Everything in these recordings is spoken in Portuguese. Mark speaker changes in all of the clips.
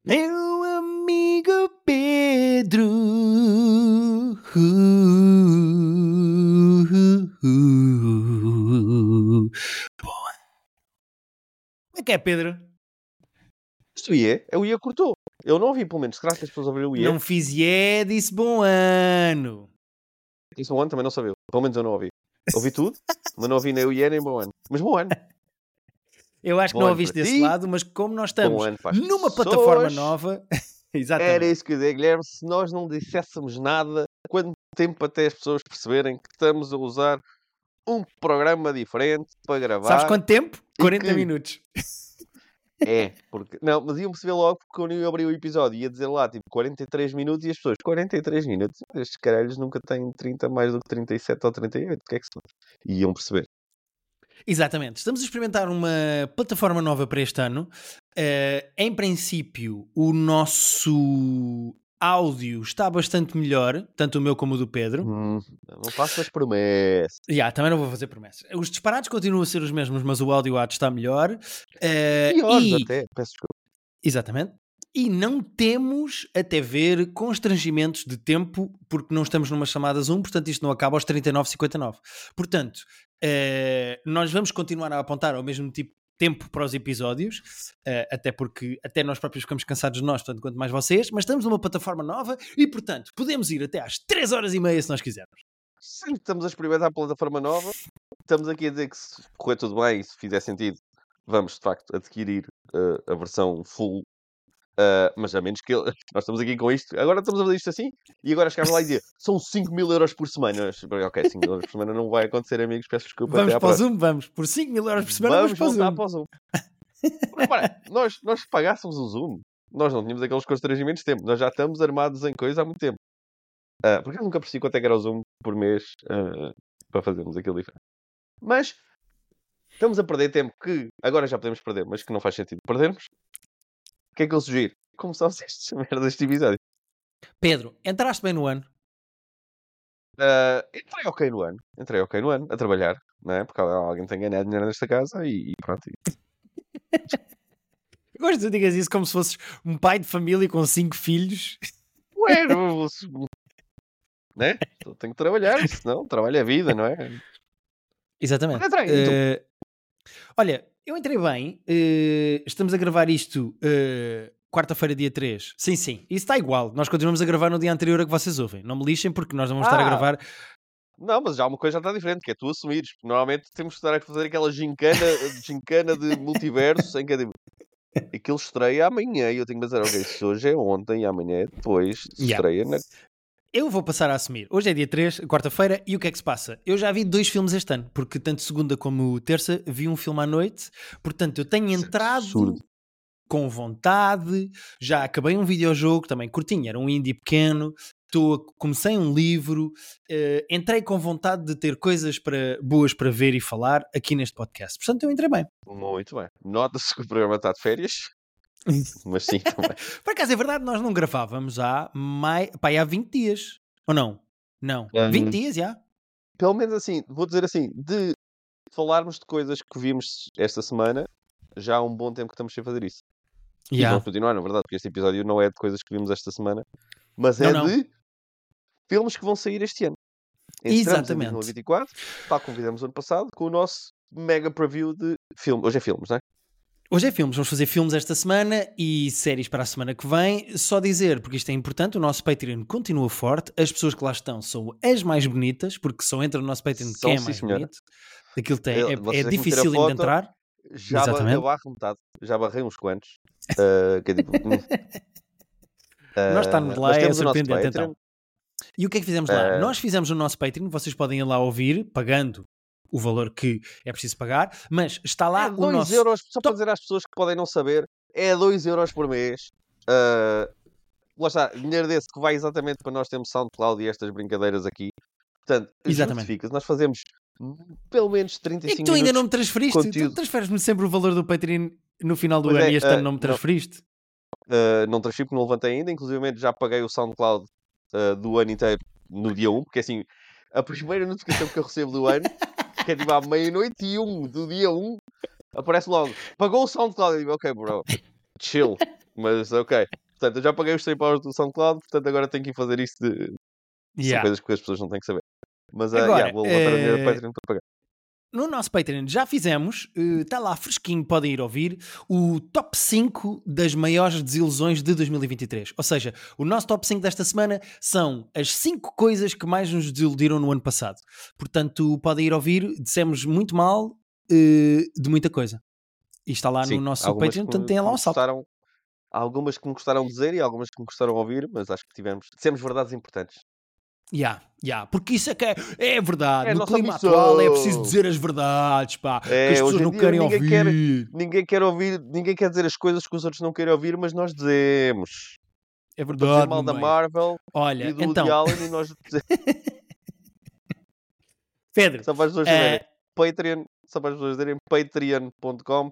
Speaker 1: Meu amigo Pedro. Boa. Como é que é, Pedro?
Speaker 2: Isto ia? O IA cortou. Eu não ouvi, pelo menos. Será que as pessoas ouviram o IA?
Speaker 1: Não fiz disse bom ano.
Speaker 2: Disse um ano, também não sabia. Pelo menos eu não ouvi. Ouvi tudo, mas não ouvi nem o IA nem bom ano. Mas bom ano.
Speaker 1: Eu acho que
Speaker 2: Bom
Speaker 1: não
Speaker 2: ano
Speaker 1: ouviste
Speaker 2: para
Speaker 1: desse
Speaker 2: ti.
Speaker 1: lado, mas como nós
Speaker 2: Bom
Speaker 1: estamos
Speaker 2: ano para as
Speaker 1: numa
Speaker 2: pessoas.
Speaker 1: plataforma nova...
Speaker 2: Era
Speaker 1: Exatamente.
Speaker 2: isso que eu ia dizer, Guilherme. Se nós não dissessemos nada, quanto tempo até as pessoas perceberem que estamos a usar um programa diferente para gravar?
Speaker 1: Sabes quanto tempo? 40
Speaker 2: que...
Speaker 1: minutos.
Speaker 2: É, porque... Não, mas iam perceber logo porque quando eu abri o episódio ia dizer lá, tipo, 43 minutos e as pessoas, 43 minutos? Estes caralhos nunca têm 30 mais do que 37 ou 38. O que é que se faz? E iam perceber.
Speaker 1: Exatamente. Estamos a experimentar uma plataforma nova para este ano. Em princípio, o nosso áudio está bastante melhor, tanto o meu como o do Pedro.
Speaker 2: Não faças promessas.
Speaker 1: Também não vou fazer promessas. Os disparados continuam a ser os mesmos, mas o áudio está melhor.
Speaker 2: Piores até, peço desculpa.
Speaker 1: Exatamente. E não temos até ver constrangimentos de tempo, porque não estamos numa chamada Zoom, portanto isto não acaba aos 39,59. Portanto, nós vamos continuar a apontar ao mesmo tipo tempo para os episódios, até porque até nós próprios ficamos cansados de nós, tanto quanto mais vocês, mas estamos numa plataforma nova e, portanto, podemos ir até às 3h30 se nós quisermos.
Speaker 2: Sim, estamos a experimentar a plataforma nova. Estamos aqui a dizer que se correr tudo bem e se fizer sentido, vamos de facto adquirir a versão full. Mas a menos que nós estamos aqui com isto, agora estamos a fazer isto assim e agora chegamos lá e dizer são 5.000 euros por semana. Ok, 5.000 euros por semana não vai acontecer, amigos. Peço desculpa.
Speaker 1: Vamos
Speaker 2: até
Speaker 1: para o Zoom, vamos. Por 5.000 euros por semana, vamos para o Zoom.
Speaker 2: Voltar para o Zoom. Repara, nós pagássemos o Zoom, nós não tínhamos aqueles constrangimentos de tempo. Nós já estamos armados em coisa há muito tempo. Porque eu nunca percebi quanto é que era o Zoom por mês para fazermos aquilo diferente. Mas estamos a perder tempo que agora já podemos perder, mas que não faz sentido perdermos. O que é que eu sugiro? Começamos estas merdas deste episódio.
Speaker 1: Pedro, entraste bem no ano?
Speaker 2: Entrei ok no ano, a trabalhar, não é? Porque alguém tem ganhado dinheiro nesta casa e pronto.
Speaker 1: Eu gosto que tu digas isso como se fosses um pai de família com 5 filhos.
Speaker 2: Ué, né? Eu tenho que trabalhar, senão trabalho é vida, não é?
Speaker 1: Exatamente.
Speaker 2: Mas entrei,
Speaker 1: olha, eu entrei bem. Estamos a gravar isto quarta-feira, dia 3. Sim, isso está igual. Nós continuamos a gravar no dia anterior a que vocês ouvem. Não me lixem porque nós não vamos estar a gravar.
Speaker 2: Não, mas já uma coisa já está diferente, que é tu assumires. Normalmente temos que estar a fazer aquela gincana de multiverso em que é tipo, aquilo estreia amanhã e eu tenho que dizer, ok, se hoje é ontem e amanhã é depois, estreia na...
Speaker 1: Eu vou passar a assumir. Hoje é dia 3, quarta-feira, e o que é que se passa? Eu já vi 2 filmes este ano, porque tanto segunda como terça vi um filme à noite, portanto eu tenho entrado com vontade, já acabei um videojogo também curtinho, era um indie pequeno, comecei um livro, entrei com vontade de ter coisas boas para ver e falar aqui neste podcast. Portanto, eu entrei bem.
Speaker 2: Muito bem. Nota-se que o programa está de férias, mas sim, também.
Speaker 1: Por acaso é verdade, nós não gravávamos há 20 dias. Ou não? Não. 20 dias, já?
Speaker 2: Pelo menos assim, vou dizer assim, de falarmos de coisas que vimos esta semana, já há um bom tempo que estamos sem fazer isso. E vamos continuar, na verdade, porque este episódio não é de coisas que vimos esta semana, mas é de filmes que vão sair este ano. Entramos em 2024, tal como fizemos ano passado, com o nosso mega preview de filme. Hoje é filmes, não é?
Speaker 1: Hoje é filmes, vamos fazer filmes esta semana e séries para a semana que vem. Só dizer, porque isto é importante, o nosso Patreon continua forte, as pessoas que lá estão são as mais bonitas, porque só entra no nosso Patreon quem é mais bonito. Aquilo é difícil de entrar.
Speaker 2: Eu barro metade, já barrei uns quantos. Que é tipo,
Speaker 1: nós estamos lá, é surpreendente
Speaker 2: então.
Speaker 1: E o que é que fizemos lá? Nós fizemos o nosso Patreon, vocês podem ir lá ouvir, pagando o valor que é preciso pagar, mas está lá o nosso...
Speaker 2: 2 euros, só para dizer às pessoas que podem não saber, é 2 euros por mês. Lá está, dinheiro desse que vai exatamente para nós termos SoundCloud e estas brincadeiras aqui. Portanto, justifica-se. Nós fazemos pelo menos 35 minutos.
Speaker 1: E tu ainda não me transferiste? Tu transferes-me sempre o valor do Patreon no final do ano e este ano não me transferiste?
Speaker 2: Não transferi porque não levantei ainda. Inclusive já paguei o SoundCloud do ano inteiro no dia 1, porque assim, a primeira notificação que eu recebo do ano, que é tipo à 00:01 do dia 1, aparece logo, pagou o SoundCloud. Eu digo, ok bro, chill. Mas ok. Portanto, eu já paguei os 100 paus do SoundCloud, portanto agora tenho que ir fazer isso São coisas que as pessoas não têm que saber. Mas
Speaker 1: Agora,
Speaker 2: vou levantar o dinheiro do Patreon para pagar.
Speaker 1: no nosso Patreon já fizemos, está lá fresquinho, podem ir ouvir, o top 5 das maiores desilusões de 2023. Ou seja, o nosso top 5 desta semana são as 5 coisas que mais nos desiludiram no ano passado. Portanto, podem ir ouvir, dissemos muito mal de muita coisa. E está lá no nosso Patreon, portanto tem lá um salto.
Speaker 2: Algumas que me gostaram de dizer e algumas que me gostaram de ouvir, mas acho que dissemos verdades importantes.
Speaker 1: Porque isso é que é verdade. No clima
Speaker 2: missão.
Speaker 1: atual é preciso dizer as verdades, pá, que as pessoas não querem ouvir.
Speaker 2: Ninguém quer ouvir, ninguém quer dizer as coisas que os outros não querem ouvir, mas nós dizemos.
Speaker 1: É verdade.
Speaker 2: Para dizer mal da Marvel e do Woody Allen e nós dizemos.
Speaker 1: Pedro,
Speaker 2: só para as pessoas dizerem Patreon, só para as pessoas dizerem patreon.com,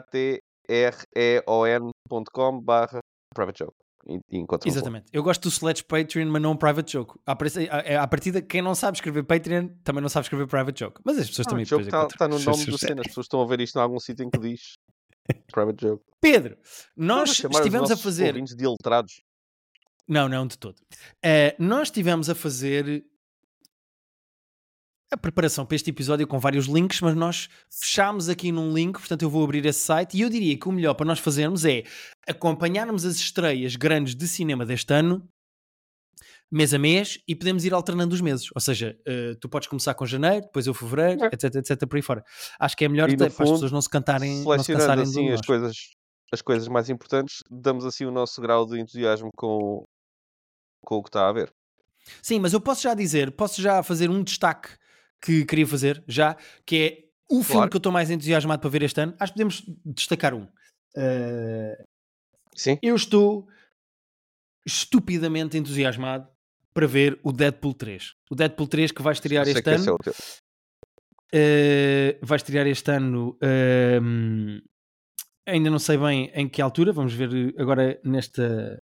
Speaker 2: patreon.com/private joke.
Speaker 1: Exatamente. Eu gosto do Sledge Patreon, mas não um private joke. À partida, quem não sabe escrever Patreon também não sabe escrever private joke. Mas as pessoas também depois
Speaker 2: está no nome da cena. As pessoas estão a ver isto em algum sítio em que diz private joke.
Speaker 1: Pedro, nós estivemos a fazer.
Speaker 2: De iletrados.
Speaker 1: Não, de todo. Nós estivemos a fazer a preparação para este episódio com vários links, mas nós fechámos aqui num link, portanto eu vou abrir esse site e eu diria que o melhor para nós fazermos é acompanharmos as estreias grandes de cinema deste ano, mês a mês, e podemos ir alternando os meses. Ou seja, tu podes começar com janeiro, depois eu fevereiro, etc, por aí fora. Acho que é melhor para as pessoas não se cansarem
Speaker 2: assim as coisas mais importantes, damos assim o nosso grau de entusiasmo com o que está a ver.
Speaker 1: Sim, mas eu posso já fazer um destaque que queria fazer, já, que é o filme que eu estou mais entusiasmado para ver este ano. Acho que podemos destacar um.
Speaker 2: Sim.
Speaker 1: Eu estou estupidamente entusiasmado para ver o Deadpool 3. O Deadpool 3 que vai estrear este ano. Vai estrear este ano. Ainda não sei bem em que altura. Vamos ver agora nesta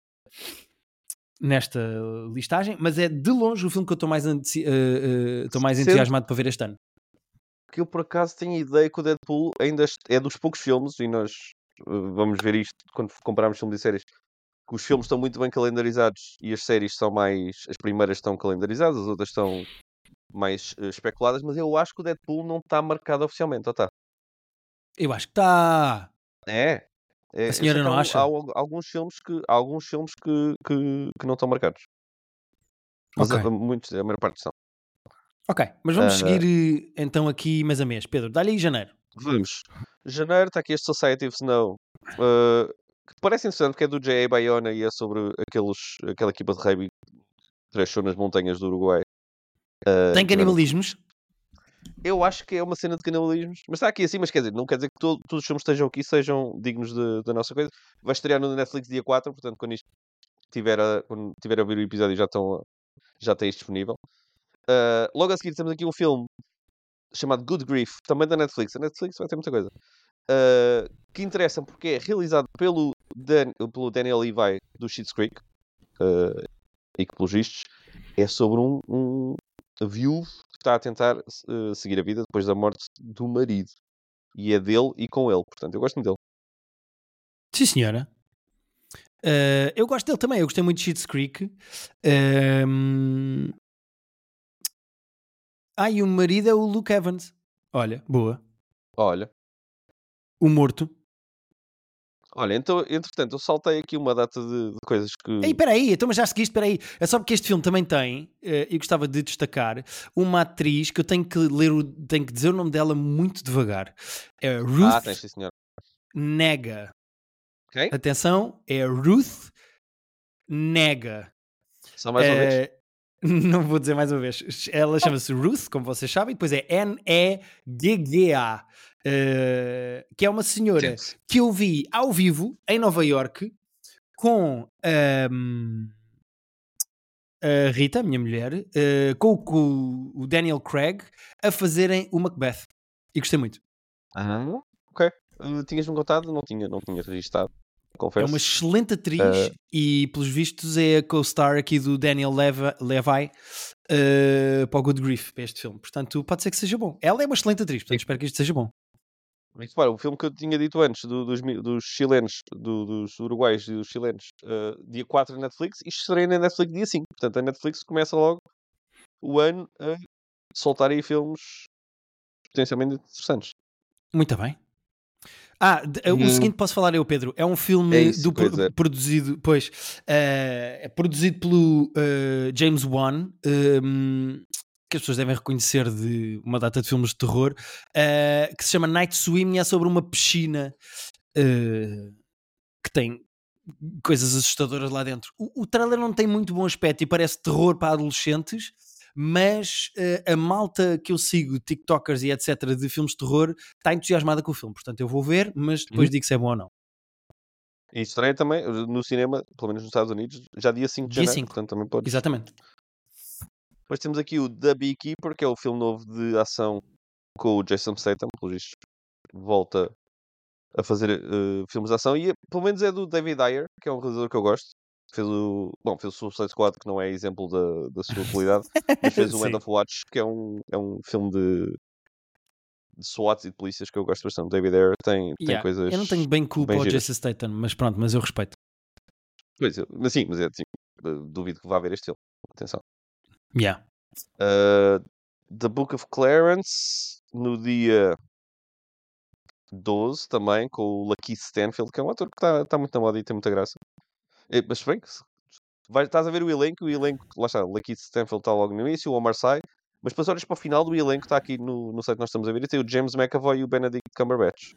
Speaker 1: listagem, mas é de longe o filme que eu estou mais entusiasmado para ver este ano.
Speaker 2: Que eu por acaso tenho a ideia que o Deadpool ainda é dos poucos filmes, e nós vamos ver isto quando compararmos filmes e séries, que os filmes estão muito bem calendarizados e as séries são as primeiras estão calendarizadas, as outras estão mais especuladas, mas eu acho que o Deadpool não está marcado oficialmente, ou está?
Speaker 1: Eu acho que está.
Speaker 2: A
Speaker 1: senhora não acha?
Speaker 2: Há alguns filmes que não estão marcados. Mas
Speaker 1: okay.
Speaker 2: Muitos, a maior parte são.
Speaker 1: Ok, mas vamos seguir então aqui mês a mês. Pedro, dá-lhe aí janeiro.
Speaker 2: Vamos. Janeiro está aqui este Society of Snow. Que parece interessante porque é do J.A. Bayona e é sobre aquela equipa de rugby que cresceu nas montanhas do Uruguai.
Speaker 1: Tem canibalismos?
Speaker 2: Eu acho que é uma cena de canibalismos. Mas está aqui assim, mas quer dizer, não quer dizer que todos os filmes que estejam aqui sejam dignos da nossa coisa. Vai estrear no Netflix dia 4, portanto quando tiver a ouvir o episódio já tem isto disponível. Logo a seguir temos aqui um filme chamado Good Grief, também da Netflix. A Netflix vai ter muita coisa. Que interessa porque é realizado pelo Daniel Levi do Schitt's Creek. E que, pelos vistos, é sobre um viúvo que está a tentar seguir a vida depois da morte do marido. E é dele e com ele. Portanto, eu gosto muito dele.
Speaker 1: Sim, senhora. Eu gosto dele também. Eu gostei muito de Schitt's Creek. E o marido é o Luke Evans. Olha, boa.
Speaker 2: Olha.
Speaker 1: O morto.
Speaker 2: Olha, então, entretanto, eu saltei aqui uma data de coisas que...
Speaker 1: Ei, peraí, então mas já seguiste, peraí. É só porque este filme também tem, e gostava de destacar, uma atriz que eu tenho que dizer o nome dela muito devagar. É Ruth
Speaker 2: tens, sim, senhor.
Speaker 1: Negga.
Speaker 2: Okay.
Speaker 1: Atenção, é Ruth Negga.
Speaker 2: Só mais uma vez?
Speaker 1: Não vou dizer mais uma vez. Ela chama-se Ruth, como vocês sabem, depois é Negga. Que é uma senhora que eu vi ao vivo em Nova York com a Rita, minha mulher, com o Daniel Craig a fazerem o Macbeth. E gostei muito.
Speaker 2: Ok. Tinhas-me contado? Não tinha registado. Confesso.
Speaker 1: É uma excelente atriz e, pelos vistos, é a co-star aqui do Daniel Levi para o Good Grief, para este filme. Portanto, pode ser que seja bom. Ela é uma excelente atriz, portanto, espero que isto seja bom.
Speaker 2: Repara, o filme que eu tinha dito antes, dos chilenos, dos uruguaios e dos chilenos, dia 4 na Netflix, isto estreia na Netflix dia 5. Portanto, a Netflix começa logo o ano a soltar aí filmes potencialmente interessantes.
Speaker 1: Muito bem. O seguinte posso falar eu, Pedro. É um
Speaker 2: É
Speaker 1: filme
Speaker 2: isso que eu ia dizer.
Speaker 1: produzido, pois, é produzido pelo James Wan, que as pessoas devem reconhecer de uma data de filmes de terror, que se chama Night Swim e é sobre uma piscina que tem coisas assustadoras lá dentro. O trailer não tem muito bom aspecto e parece terror para adolescentes, mas a malta que eu sigo, tiktokers e etc, de filmes de terror, está entusiasmada com o filme. Portanto, eu vou ver, mas depois digo se é bom ou não.
Speaker 2: E estreia também no cinema, pelo menos nos Estados Unidos, já dia 5 de
Speaker 1: Dia
Speaker 2: janeiro.
Speaker 1: 5.
Speaker 2: Portanto, também podes.
Speaker 1: Exatamente.
Speaker 2: Depois temos aqui o The Beekeeper, que é o filme novo de ação com o Jason Statham, pelo visto, volta a fazer filmes de ação e pelo menos é do David Ayer, que é um realizador que eu gosto. Fez o Suicide Squad, que não é exemplo da sua qualidade, mas fez o End of Watch, que é um filme de SWAT e de polícias que eu gosto bastante. David Ayer tem coisas
Speaker 1: Eu não tenho bem culpa ao
Speaker 2: giras.
Speaker 1: Jason Statham, mas pronto, mas eu respeito.
Speaker 2: Pois, mas sim, mas é assim, duvido que vá ver este filme. Atenção.
Speaker 1: Yeah.
Speaker 2: The Book of Clarence, no dia 12 também, com o Lakeith Stanfield, que é um ator que está muito na moda e tem muita graça. Mas bem, estás a ver o elenco, lá está, Lakeith Stanfield está logo no início, o Omar Sy, mas depois olhas para o final do elenco, está aqui no site que nós estamos a ver, e tem o James McAvoy e o Benedict Cumberbatch.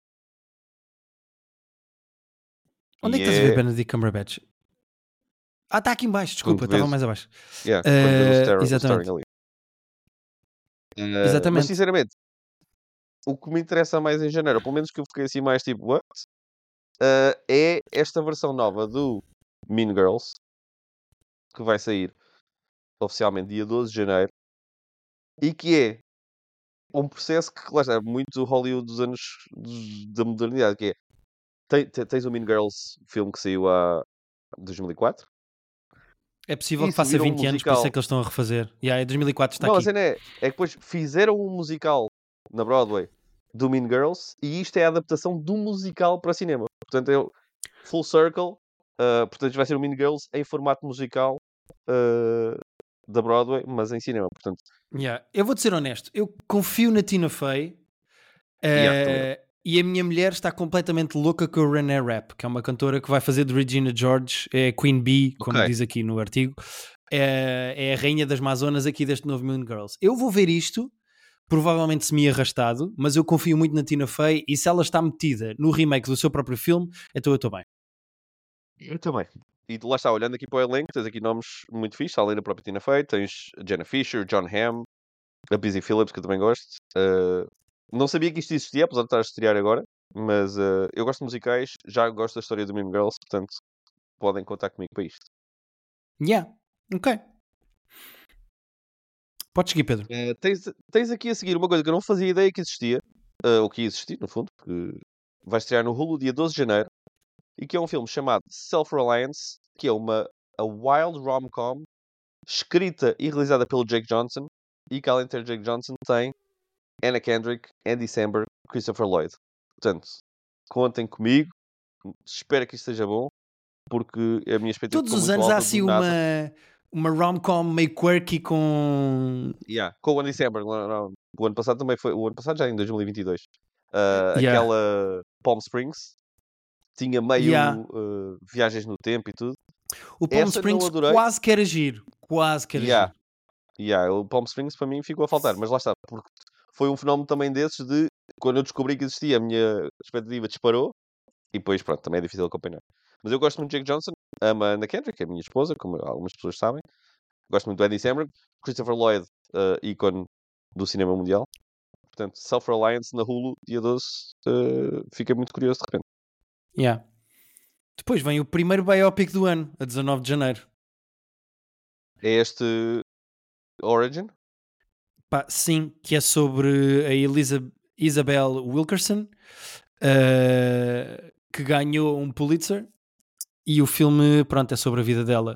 Speaker 1: Onde é que estás a ver Benedict Cumberbatch? Está aqui em baixo, desculpa, estava mais abaixo.
Speaker 2: Quando vês o
Speaker 1: exatamente.
Speaker 2: starring ali.
Speaker 1: Exatamente.
Speaker 2: Mas sinceramente, o que me interessa mais em janeiro, ou pelo menos que eu fiquei assim mais tipo, what? É esta versão nova do Mean Girls, que vai sair oficialmente dia 12 de janeiro, e que é um processo que, lá está, muito Hollywood dos anos da modernidade, que é, tens o Mean Girls filme que saiu há 2004.
Speaker 1: É possível
Speaker 2: E
Speaker 1: que faça
Speaker 2: seguiram
Speaker 1: 20 anos, por isso é que eles estão a refazer. É 2004 está
Speaker 2: Não, a
Speaker 1: aqui.
Speaker 2: cena é que depois fizeram um musical na Broadway do Mean Girls e isto é a adaptação do musical para cinema. Portanto, é full circle. Portanto, vai ser o Mean Girls em formato musical da Broadway, mas em cinema. Portanto,
Speaker 1: Eu vou-te ser honesto, eu confio na Tina Fey e a minha mulher está completamente louca com a Renee Rapp, que é uma cantora que vai fazer de Regina George, é Queen Bee, como diz aqui no artigo. É a rainha das Amazonas aqui deste novo Mean Girls. Eu vou ver isto, provavelmente semi-arrastado, mas eu confio muito na Tina Fey e se ela está metida no remake do seu próprio filme, então eu estou bem.
Speaker 2: Eu também. E lá está, olhando aqui para o elenco, tens aqui nomes muito fixos, além da própria Tina Fey, tens a Jenna Fisher, John Hamm, a Busy Phillips, que eu também gosto. Não sabia que isto existia, apesar de estar a estrear agora, mas eu gosto de musicais, já gosto da história do Mean Girls, portanto podem contar comigo para isto.
Speaker 1: Ok. Podes seguir, Pedro.
Speaker 2: Tens aqui a seguir uma coisa que eu não fazia ideia que existia, ou que ia existir, no fundo, porque vai estrear no Hulu dia 12 de janeiro, e que é um filme chamado Self-Reliance, que é a wild rom-com escrita e realizada pelo Jake Johnson, e que além de ter Jake Johnson tem Anna Kendrick, Andy Samberg, Christopher Lloyd. Portanto, contem comigo, espero que isto seja bom, porque a minha expectativa
Speaker 1: Todos
Speaker 2: ficou
Speaker 1: os
Speaker 2: muito
Speaker 1: anos há
Speaker 2: alta
Speaker 1: assim
Speaker 2: do nada.
Speaker 1: uma rom-com meio quirky com...
Speaker 2: Com o Andy Samberg. Não. O ano passado também foi. O ano passado já em 2022.
Speaker 1: Yeah.
Speaker 2: Aquela Palm Springs tinha meio viagens no tempo e tudo.
Speaker 1: O Palm
Speaker 2: Essa
Speaker 1: Springs
Speaker 2: não adorei.
Speaker 1: quase que era giro. Quase que era giro.
Speaker 2: O Palm Springs para mim ficou a faltar, mas lá está, porque foi um fenómeno também desses de quando eu descobri que existia, a minha expectativa disparou e depois, pronto, também é difícil acompanhar. Mas eu gosto muito de Jake Johnson, amo a Anna Kendrick, que é a minha esposa, como algumas pessoas sabem. Gosto muito do Andy Samberg, Christopher Lloyd, ícone do cinema mundial. Portanto, Self-Reliance na Hulu, dia 12, fica muito curioso de repente.
Speaker 1: Depois vem o primeiro biopic do ano, a 19 de janeiro.
Speaker 2: É este Origin?
Speaker 1: Sim, que é sobre a Isabel Wilkerson, que ganhou um Pulitzer, e o filme, pronto, é sobre a vida dela.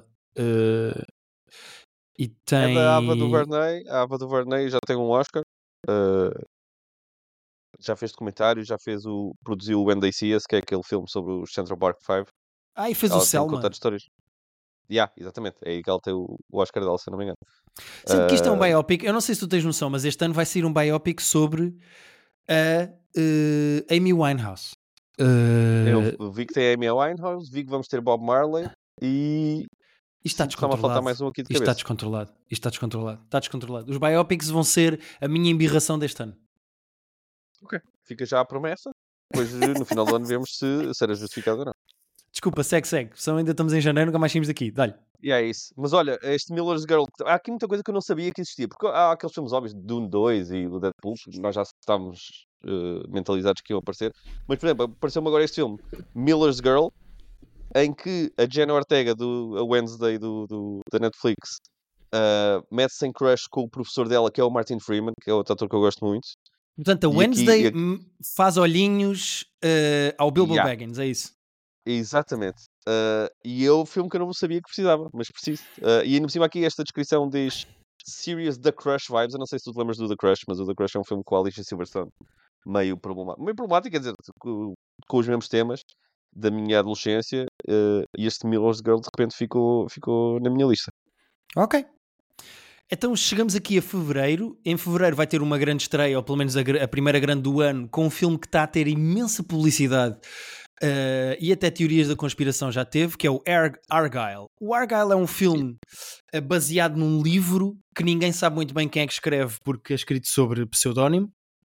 Speaker 1: E tem...
Speaker 2: É da Ava DuVernay. A Ava DuVernay já tem um Oscar. Já fez documentário, produziu o When They See Us, que é aquele filme sobre os Central Park Five.
Speaker 1: E fez o
Speaker 2: Ela tem
Speaker 1: Selma.
Speaker 2: contado histórias. Exatamente. É aí que ela tem o Oscar dela, se eu não me engano.
Speaker 1: Sendo que isto é um biopic, eu não sei se tu tens noção, mas este ano vai sair um biopic sobre a Amy Winehouse.
Speaker 2: Eu vi que tem a Amy Winehouse, vi que vamos ter Bob Marley e...
Speaker 1: Isto está
Speaker 2: Está-me a faltar mais um aqui de
Speaker 1: Isto
Speaker 2: cabeça.
Speaker 1: está descontrolado. Os biopics vão ser a minha embirração deste ano.
Speaker 2: Ok. Fica já a promessa. Depois, no final do ano, vemos se era justificado ou não.
Speaker 1: Desculpa, segue. Só ainda estamos em janeiro, nunca mais saímos daqui. Dá-lhe.
Speaker 2: E é isso. Mas olha, este Miller's Girl... Há aqui muita coisa que eu não sabia que existia. Porque há aqueles filmes óbvios de Dune 2 e o Deadpool, que nós já estávamos mentalizados que iam aparecer. Mas, por exemplo, apareceu-me agora este filme, Miller's Girl, em que a Jenna Ortega, a Wednesday da Netflix, mete-se em crush com o professor dela, que é o Martin Freeman, que é outro ator que eu gosto muito.
Speaker 1: Portanto, a Wednesday faz olhinhos ao Bilbo Baggins, é isso?
Speaker 2: Exatamente. E é o filme que eu não sabia que precisava, mas preciso. E ainda por cima aqui esta descrição diz Serious The Crush Vibes. Eu não sei se tu te lembras do The Crush, mas o The Crush é um filme com a Alicia Silverstone. Meio problemático, quer dizer, com os mesmos temas da minha adolescência. E este Miller's Girl de repente ficou na minha lista.
Speaker 1: Ok. Então chegamos aqui a fevereiro. Em fevereiro vai ter uma grande estreia, ou pelo menos a primeira grande do ano, com um filme que está a ter imensa publicidade e até teorias da conspiração já teve, que é o Argylle. O Argylle é um filme baseado num livro que ninguém sabe muito bem quem é que escreve, porque é escrito sobre pseudónimo.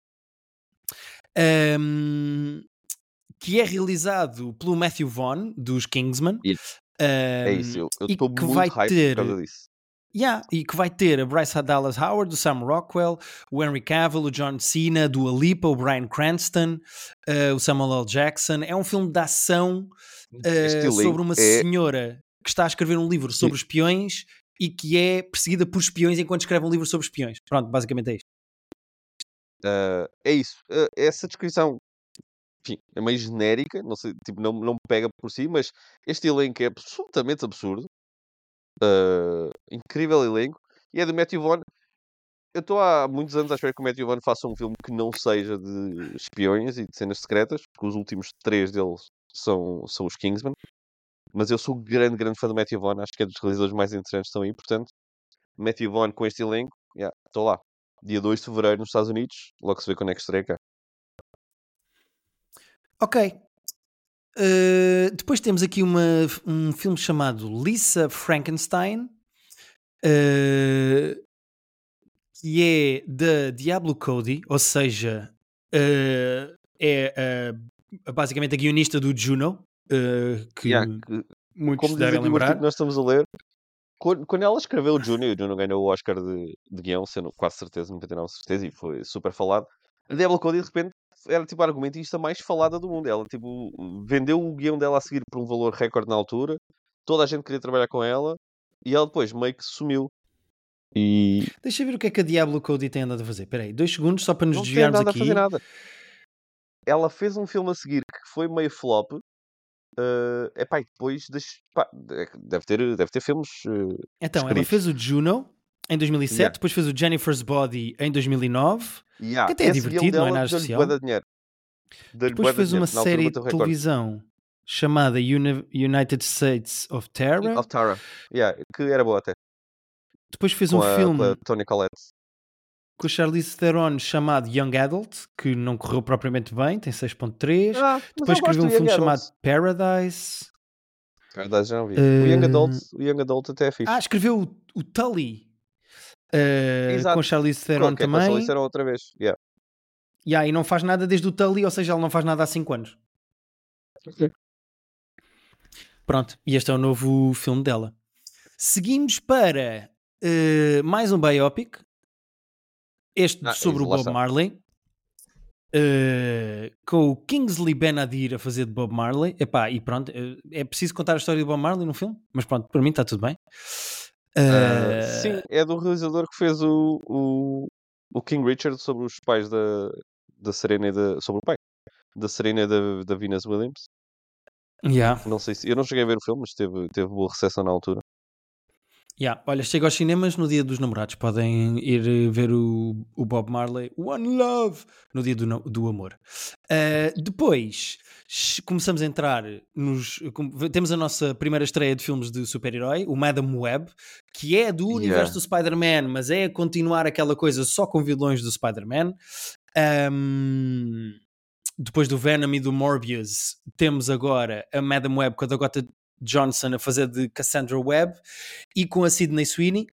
Speaker 1: Que é realizado pelo Matthew Vaughn, dos Kingsman.
Speaker 2: É isso, eu estou muito hype por causa disso.
Speaker 1: E que vai ter a Bryce Dallas Howard, o Sam Rockwell, o Henry Cavill, o John Cena, Dua Lipa, o Bryan Cranston, o Samuel L. Jackson. É um filme de ação sobre uma senhora que está a escrever um livro sobre espiões e que é perseguida por espiões enquanto escreve um livro sobre espiões. Pronto, basicamente é isto.
Speaker 2: É isso. Essa descrição, enfim, é meio genérica, não sei, tipo, não me pega por si, mas este elenco é absolutamente absurdo. Incrível elenco. E é do Matthew Vaughn. Eu estou há muitos anos à espera que o Matthew Vaughn faça um filme que não seja de espiões e de cenas secretas, porque os últimos 3 deles são os Kingsman. Mas eu sou grande fã do Matthew Vaughn, acho que é dos realizadores mais interessantes que estão aí, portanto, Matthew Vaughn com este elenco, estou lá. Dia 2 de fevereiro nos Estados Unidos, logo se vê quando é que estreia cá.
Speaker 1: Ok. Depois temos aqui um filme chamado Lisa Frankenstein, que é da Diablo Cody, ou seja, é basicamente a guionista do Juno, que muitos
Speaker 2: como
Speaker 1: devem lembrar.
Speaker 2: Que nós estamos a ler, quando ela escreveu o Juno ganhou o Oscar de guião, sendo quase certeza, 99 certeza, e foi super falado. A Diablo Cody, de repente, era tipo a argumentista mais falada do mundo. Ela tipo vendeu o guião dela a seguir por um valor recorde na altura. Toda a gente queria trabalhar com ela e ela depois meio que sumiu.
Speaker 1: Deixa eu ver o que é que a Diablo Cody tem andado a fazer. Espera aí, 2 segundos só para nos
Speaker 2: Não
Speaker 1: desviarmos aqui.
Speaker 2: tem andado a fazer nada. Ela fez um filme a seguir que foi meio flop. E depois deve ter filmes.
Speaker 1: Então,
Speaker 2: escritos.
Speaker 1: ela fez o Juno em 2007, depois fez o Jennifer's Body em 2009, que até é divertido, não é nada especial. Depois fez uma série de televisão chamada United States of Terror.
Speaker 2: Que era boa até.
Speaker 1: Depois fez um filme
Speaker 2: com a Toni Collette,
Speaker 1: com a Charlize Theron chamado Young Adult, que não correu propriamente bem, tem 6.3. Depois escreveu um filme chamado Paradise.
Speaker 2: Paradise já não vi. O Young Adult até é fixe.
Speaker 1: Escreveu o Tully com Charlize Theron também.
Speaker 2: Com a Charlize Theron outra vez.
Speaker 1: E não faz nada desde o Tully, ou seja, ele não faz nada há 5 anos.
Speaker 2: Okay.
Speaker 1: Pronto, e este é o novo filme dela. Seguimos para mais um biopic. Este sobre o Bob Marley. Com o Kingsley Ben-Adir a fazer de Bob Marley. E pronto, é preciso contar a história de Bob Marley no filme? Mas pronto, para mim está tudo bem.
Speaker 2: Sim, é do realizador que fez o King Richard sobre os pais da Serena e sobre o pai da Serena e da Venus Williams. Não sei se eu não cheguei a ver o filme, mas teve boa recepção na altura.
Speaker 1: Yeah. Olha, chega aos cinemas no dia dos namorados. Podem ir ver o Bob Marley, One Love, no dia do amor. Depois começamos a entrar temos a nossa primeira estreia de filmes de super-herói, o Madam Web, que é do universo do Spider-Man, mas é continuar aquela coisa só com vilões do Spider-Man. Depois do Venom e do Morbius, temos agora a Madam Web com a Dakota Johnson a fazer de Cassandra Webb e com a Sydney Sweeney.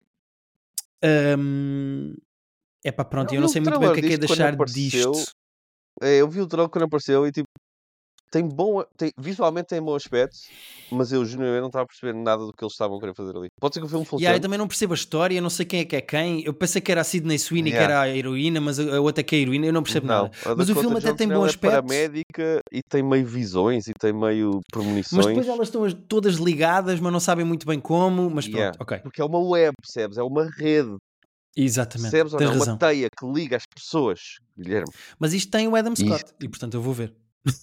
Speaker 1: Pronto, eu não sei muito bem o que é deixar disto.
Speaker 2: Eu vi o trailer quando apareceu e tipo, visualmente tem bom aspecto, mas eu genuinamente não estava a perceber nada do que eles estavam a querer fazer ali. Pode ser que o filme funcione.
Speaker 1: Eu também não percebo a história, não sei quem é quem. Eu pensei que era a Sydney Sweeney que era a heroína, mas a outra que é a heroína, eu não percebo nada. Mas o filme até tem bom aspecto.
Speaker 2: Ela é paramédica e tem meio visões e tem meio premonições.
Speaker 1: Mas depois elas estão todas ligadas, mas não sabem muito bem como. Mas pronto, ok.
Speaker 2: Porque é uma web, percebes? É uma rede.
Speaker 1: Exatamente,
Speaker 2: percebes ou
Speaker 1: tens
Speaker 2: não?
Speaker 1: razão.
Speaker 2: Uma teia que liga as pessoas, Guilherme.
Speaker 1: Mas isto tem o Adam Scott e portanto eu vou ver.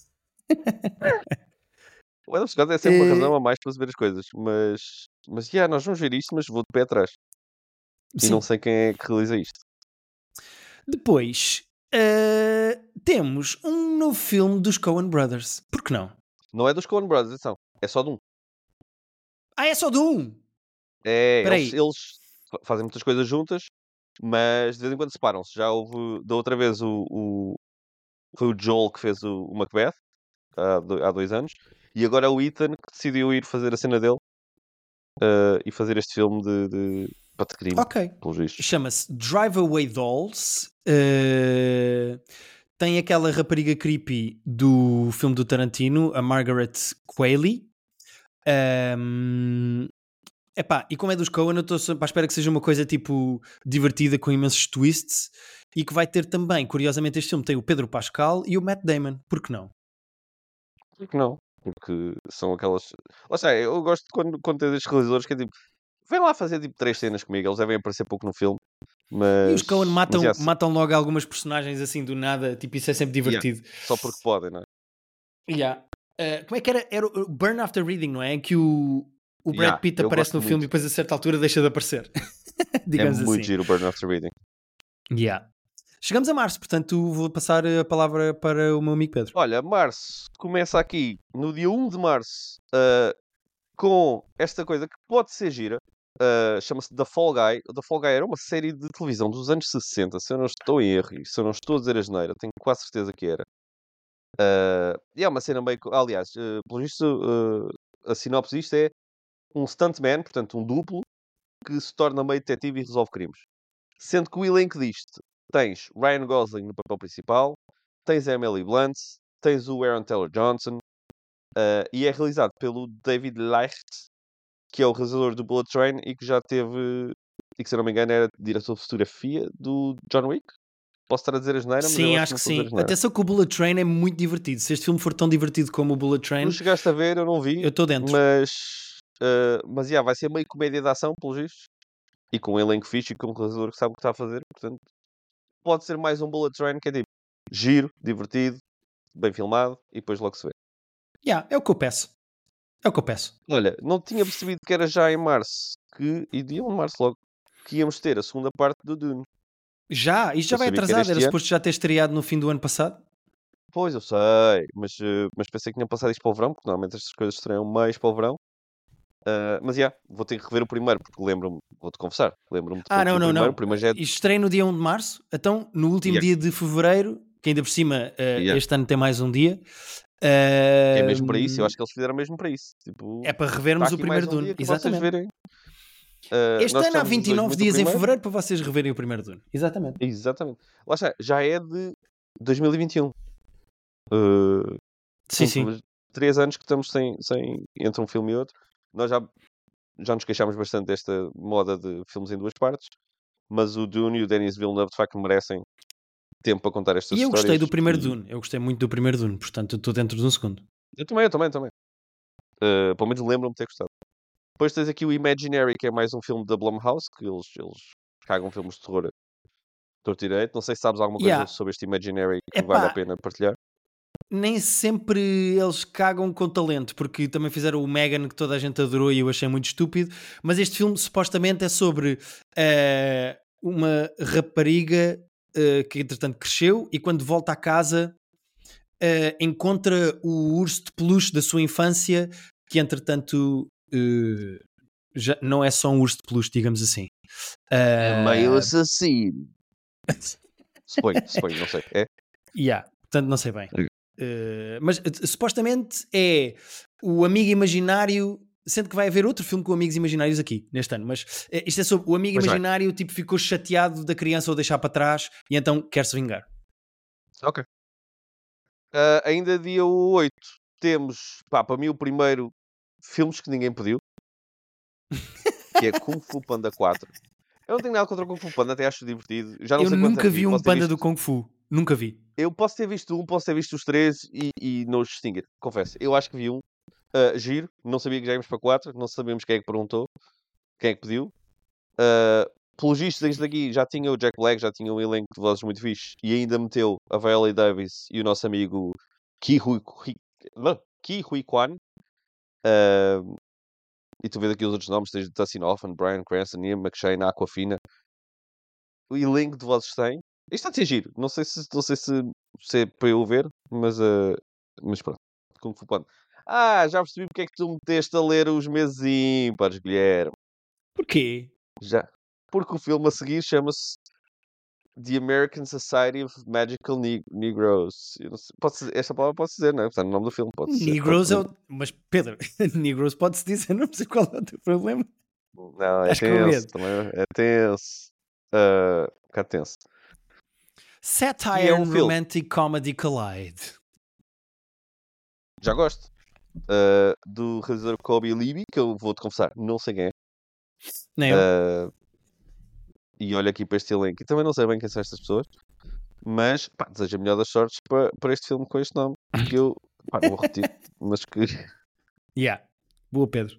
Speaker 2: O Adam Scott é sempre uma razão a mais para se ver as coisas, mas nós vamos ver isto, mas vou de pé atrás. Sim. E não sei quem é que realiza isto.
Speaker 1: Depois temos um novo filme dos Coen Brothers. Por que não?
Speaker 2: Não é dos Coen Brothers, atenção. É só de um.
Speaker 1: É só de um?
Speaker 2: Eles fazem muitas coisas juntas, mas de vez em quando separam-se. Já houve, da outra vez, foi o Joel que fez o Macbeth, há 2 anos, e agora é o Ethan que decidiu ir fazer a cena dele e fazer este filme de crime.
Speaker 1: Ok. Chama-se Drive Away Dolls. Tem aquela rapariga creepy do filme do Tarantino, a Margaret Qualley. E como é dos Coen, eu estou à espera que seja uma coisa tipo divertida, com imensos twists, e que vai ter também, curiosamente, este filme tem o Pedro Pascal e o Matt Damon. Por que não?
Speaker 2: Por que não? Porque são aquelas... Lá está, eu gosto quando tens estes realizadores que é tipo, vem lá fazer tipo 3 cenas comigo, eles devem aparecer pouco no filme. Mas...
Speaker 1: E os Coen matam logo algumas personagens assim do nada, tipo, isso é sempre divertido.
Speaker 2: Só porque podem, não
Speaker 1: é? Como é que era? Era o Burn After Reading, não é? Que o Brad Pitt aparece no filme e depois a certa altura deixa de aparecer. Digamos assim.
Speaker 2: É muito giro o Burn After Reading.
Speaker 1: Chegamos a março, portanto vou passar a palavra para o meu amigo Pedro.
Speaker 2: Olha, março começa aqui no dia 1 de março com esta coisa que pode ser gira. Chama-se The Fall Guy. The Fall Guy era uma série de televisão dos anos 60, se eu não estou em erro, se eu não estou a dizer asneira, tenho quase certeza que era. E é uma cena meio... Aliás, pelo visto, a sinopse disto é um stuntman, portanto um duplo, que se torna meio detetive e resolve crimes. Sendo que o elenco disto tens Ryan Gosling no papel principal, tens Emily Blunt, tens o Aaron Taylor-Johnson, e é realizado pelo David Leitch, que é o realizador do Bullet Train e que já teve, e que se eu não me engano era diretor de fotografia do John Wick. Posso estar a dizer asneira, mas
Speaker 1: sim, acho que sim. Atenção que o Bullet Train é muito divertido. Se este filme for tão divertido como o Bullet Train...
Speaker 2: Tu chegaste a ver, eu não vi.
Speaker 1: Eu estou dentro.
Speaker 2: Mas vai ser meio comédia de ação, pelos vistos. E com um elenco fixe e com um realizador que sabe o que está a fazer. Portanto, pode ser mais um Bullet Train que é tipo giro, divertido, bem filmado e depois logo se vê.
Speaker 1: É o que eu peço.
Speaker 2: Olha, não tinha percebido que era já em março, e dia 1 de março logo, que íamos ter a segunda parte do Dune.
Speaker 1: Isto já vai atrasado, era suposto já ter estreado no fim do ano passado.
Speaker 2: Pois, eu sei, mas pensei que tinham passado isto para o verão, porque normalmente estas coisas estreiam mais para o verão. Mas vou ter que rever o primeiro, porque vou-te confessar, lembro-me de
Speaker 1: não.
Speaker 2: O primeiro já é...
Speaker 1: Estreia no dia 1 de março, então no último dia de fevereiro, que ainda por cima este ano tem mais um dia.
Speaker 2: Que é mesmo para isso, eu acho que eles fizeram mesmo para isso. Tipo,
Speaker 1: é para revermos o primeiro Dune, exatamente.
Speaker 2: Verem.
Speaker 1: Este ano há 29 dias em fevereiro para vocês reverem o primeiro Dune, exatamente.
Speaker 2: Lá está, já é de 2021.
Speaker 1: Sim.
Speaker 2: 3 anos que estamos sem entre um filme e outro. Nós já nos queixámos bastante desta moda de filmes em 2 partes, mas o Dune e o Denis Villeneuve de facto merecem tempo para contar estas histórias.
Speaker 1: E eu gostei do primeiro Dune, eu gostei muito do primeiro Dune, portanto eu estou dentro de um segundo.
Speaker 2: Eu também. Pelo menos lembro-me de ter gostado. Depois tens aqui o Imaginary, que é mais um filme da Blumhouse, que eles cagam filmes de terror torto direito. Não sei se sabes alguma coisa sobre este Imaginary que vale a pena partilhar.
Speaker 1: nem sempre eles cagam com talento, porque também fizeram o Megan, que toda a gente adorou e eu achei muito estúpido, mas este filme supostamente é sobre uma rapariga que entretanto cresceu e quando volta à casa encontra o urso de peluche da sua infância, que entretanto já não é só um urso de peluche, digamos assim.
Speaker 2: É meio assassino. Suponho, não sei. É?
Speaker 1: Portanto, não sei bem. Mas supostamente é o amigo imaginário, sendo que vai haver outro filme com amigos imaginários aqui, neste ano, mas isto é sobre o amigo imaginário, tipo, ficou chateado da criança ou deixar para trás e então quer-se vingar.
Speaker 2: Ok. Ainda dia 8 temos, para mim, o primeiro filmes que ninguém pediu, que é Kung Fu Panda 4. Eu não tenho nada contra o Kung Fu Panda, até acho divertido. Já não
Speaker 1: Eu
Speaker 2: sei quantos é
Speaker 1: nunca
Speaker 2: que vi.
Speaker 1: vi um panda do Kung Fu, nunca vi.
Speaker 2: Eu posso ter visto um, posso ter visto os três e não os distinguir, confesso. Eu acho que vi um. Giro, não sabia que já íamos para 4, não sabíamos quem é que perguntou, quem é que pediu. Pelos vistos, desde aqui já tinha o Jack Black, já tinha um elenco de vozes muito fixe e ainda meteu a Viola Davis e o nosso amigo Ki Hui Kwan. E tu vês aqui os outros nomes, tens Dustin Hoffman, Bryan Cranston, Ian McShane, Aquafina. O elenco de vozes tem. Isto está a ser giro. Não sei se é para eu ver, mas pronto. Kung Fu Panda. Já percebi porque é que tu meteste a ler os meses ímpares, Guilherme.
Speaker 1: Porquê?
Speaker 2: Já. Porque o filme a seguir chama-se The American Society of Magical Negroes. Eu não sei, esta palavra pode dizer, não é? Portanto, o nome do filme pode ser.
Speaker 1: Negroes é o... Mas Pedro, Negroes pode-se dizer, não sei qual é o teu problema.
Speaker 2: Não, é
Speaker 1: Acho que eu
Speaker 2: tenso.
Speaker 1: medo.
Speaker 2: Também é tenso. Um bocado tenso.
Speaker 1: Satire
Speaker 2: é um
Speaker 1: and
Speaker 2: filme.
Speaker 1: Romantic Comedy Collide.
Speaker 2: Já gosto. Do realizador Kobe Libby, que eu vou-te confessar, não sei quem é.
Speaker 1: Nem eu.
Speaker 2: E olha aqui para este elenco. E também não sei bem quem são estas pessoas. Mas, desejo a melhor das sortes para este filme com este nome. Que eu, não vou repetir. Mas que...
Speaker 1: Boa, Pedro.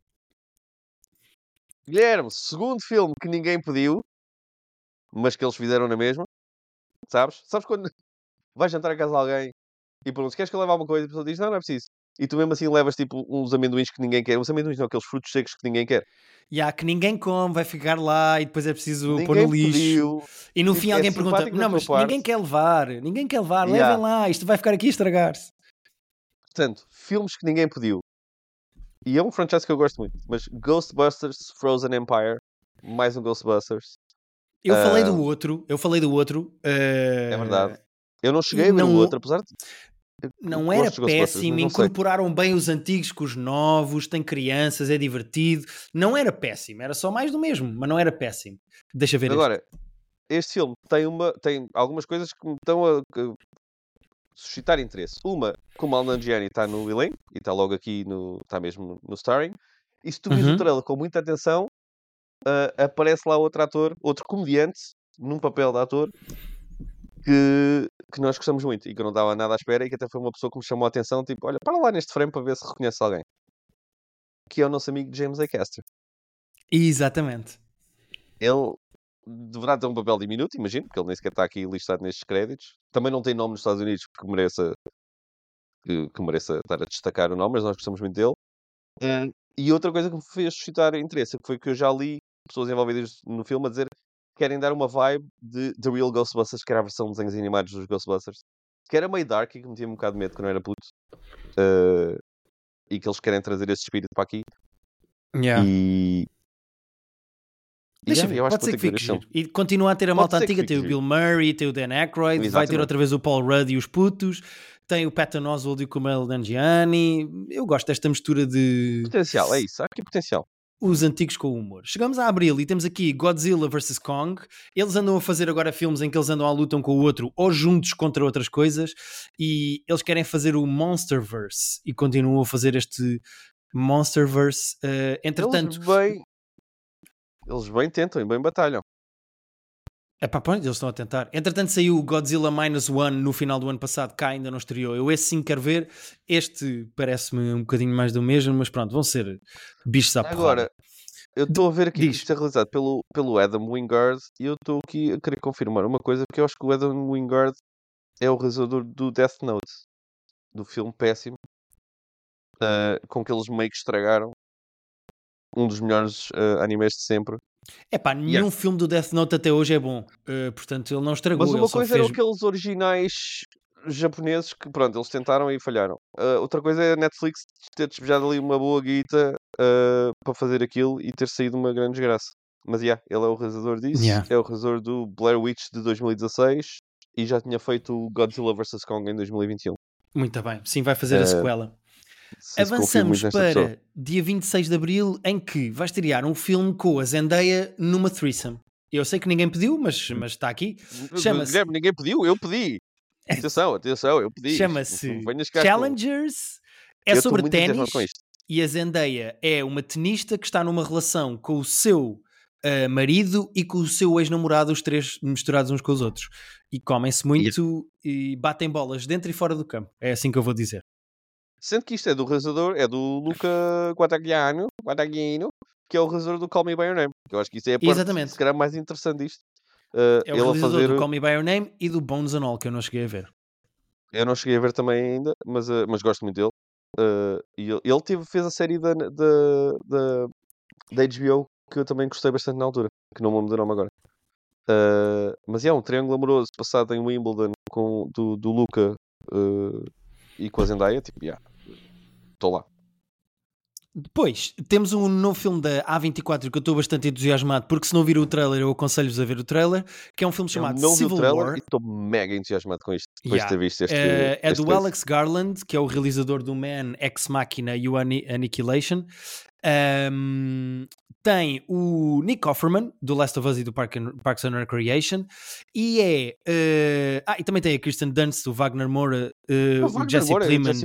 Speaker 2: Guilherme, segundo filme que ninguém pediu, mas que eles fizeram na mesma. Sabes? Sabes quando vais jantar a casa de alguém e perguntas, queres que eu leve alguma coisa? E a pessoa diz, não é preciso. E tu mesmo assim levas tipo uns amendoins que ninguém quer. Uns amendoins não, aqueles frutos secos que ninguém quer.
Speaker 1: Que ninguém come, vai ficar lá e depois é preciso pôr
Speaker 2: Ninguém
Speaker 1: no lixo.
Speaker 2: pediu.
Speaker 1: E no
Speaker 2: Tipo,
Speaker 1: fim
Speaker 2: é
Speaker 1: alguém pergunta,
Speaker 2: simpático da
Speaker 1: não,
Speaker 2: tua
Speaker 1: mas
Speaker 2: parte.
Speaker 1: ninguém quer levar, levem lá, isto vai ficar aqui a estragar-se.
Speaker 2: Portanto, filmes que ninguém pediu. E é um franchise que eu gosto muito. Mas Ghostbusters Frozen Empire. Mais um Ghostbusters.
Speaker 1: Eu falei do outro.
Speaker 2: É verdade. Eu não cheguei
Speaker 1: e
Speaker 2: a ver o
Speaker 1: não,
Speaker 2: outro, apesar de...
Speaker 1: não
Speaker 2: gosto
Speaker 1: era
Speaker 2: dos Ghostbusters,
Speaker 1: péssimo,
Speaker 2: mas não sei.
Speaker 1: incorporaram bem os antigos com os novos, tem crianças, é divertido. Não era péssimo, era só mais do mesmo, mas não era péssimo. Deixa ver
Speaker 2: Agora, este filme tem algumas coisas que me estão a suscitar interesse. Uma, como a Nanjiani está no elenco, e está logo aqui, está mesmo no starring, e se tu vis o trailer com muita atenção, aparece lá outro ator, outro comediante, num papel de ator, que nós gostamos muito e que eu não estava nada à espera e que até foi uma pessoa que me chamou a atenção, tipo, olha, para lá neste frame para ver se reconhece alguém. Que é o nosso amigo James A. Caster.
Speaker 1: Exatamente.
Speaker 2: Ele deverá ter um papel diminuto, imagino, porque ele nem sequer está aqui listado nestes créditos. Também não tem nome nos Estados Unidos porque que mereça estar a destacar o nome, mas nós gostamos muito dele. E outra coisa que me fez suscitar interesse foi que eu já li pessoas envolvidas no filme a dizer que querem dar uma vibe de The Real Ghostbusters, que era a versão de desenhos animados dos Ghostbusters, que era meio dark e que me tinha um bocado de medo quando eu era puto. E que eles querem trazer esse espírito para aqui. E
Speaker 1: deixa ver, pode ser que fique giro. E continua a ter a malta antiga, tem o Bill Murray, tem o Dan Aykroyd, vai ter outra vez o Paul Rudd e os putos, tem o Patton Oswalt e o Kumail Nanjiani. Eu gosto desta mistura de...
Speaker 2: Potencial, é isso, há aqui potencial.
Speaker 1: Os antigos com o humor. Chegamos a abril e temos aqui Godzilla vs Kong. Eles andam a fazer agora filmes em que eles andam à luta um com o outro ou juntos contra outras coisas e eles querem fazer o Monsterverse e continuam a fazer este Monsterverse. Entretanto...
Speaker 2: Eles bem tentam e bem batalham.
Speaker 1: Eles estão a tentar. Entretanto saiu o Godzilla Minus One no final do ano passado, cá ainda não estreou. Eu esse sim quero ver. Este parece-me um bocadinho mais do mesmo, mas pronto, vão ser bichos à porrada.
Speaker 2: Agora, eu estou a ver aqui que isto é realizado pelo Adam Wingard e eu estou aqui a querer confirmar uma coisa, porque eu acho que o Adam Wingard é o realizador do Death Note. do filme, péssimo, com que eles meio que estragaram um dos melhores animes de sempre.
Speaker 1: Nenhum filme do Death Note até hoje é bom. Portanto, ele não estragou.
Speaker 2: Mas
Speaker 1: Ele
Speaker 2: uma
Speaker 1: só
Speaker 2: coisa
Speaker 1: fez...
Speaker 2: eram aqueles originais japoneses que, pronto, eles tentaram e falharam. Outra coisa é a Netflix ter despejado ali uma boa guita para fazer aquilo e ter saído uma grande desgraça. Mas, ele é o realizador disso. É o realizador do Blair Witch de 2016 e já tinha feito o Godzilla vs. Kong em 2021.
Speaker 1: Muito bem. Sim, vai fazer a sequela.
Speaker 2: Confio muito
Speaker 1: Avançamos
Speaker 2: nesta pessoa.
Speaker 1: para dia 26 de Abril, em que vai estrear um filme com a Zendaya numa threesome. Eu sei que ninguém pediu, mas está aqui. Chama-se...
Speaker 2: Guilherme, ninguém pediu, eu pedi. Atenção, eu pedi.
Speaker 1: Chama-se
Speaker 2: Venhas cá
Speaker 1: Challengers. É
Speaker 2: eu estou
Speaker 1: sobre
Speaker 2: muito entusiasmado
Speaker 1: ténis.
Speaker 2: com isto.
Speaker 1: E a Zendaya é uma tenista que está numa relação com o seu marido e com o seu ex-namorado, os três misturados uns com os outros. E comem-se muito e batem bolas dentro e fora do campo. É assim que eu vou dizer.
Speaker 2: Sendo que isto é do realizador, é do Luca Guadagnino, que é o realizador do Call Me By Your Name. Eu acho que isso é a parte, se calhar, mais interessante disto.
Speaker 1: É o realizador do Call Me By Your Name e do Bones and All, que eu não cheguei a ver.
Speaker 2: Eu não cheguei a ver também ainda, mas gosto muito dele. E ele fez a série da HBO, que eu também gostei bastante na altura, que não me lembro do nome agora. Mas é um triângulo amoroso passado em Wimbledon do Luca e com a Zendaya, tipo, estou lá.
Speaker 1: Depois, temos um novo filme da A24 que eu estou bastante entusiasmado, porque se não viram o trailer, eu aconselho-vos a ver o trailer, que é um filme chamado Civil War.
Speaker 2: E estou mega entusiasmado com isto, depois de ter visto este...
Speaker 1: É do Alex Garland, que é o realizador do Man, Ex Machina e o Annihilation. Tem o Nick Offerman, do Last of Us e do Parks and Recreation, e e também tem a Kirsten Dunst, o Wagner Moura, o Jesse Plemons.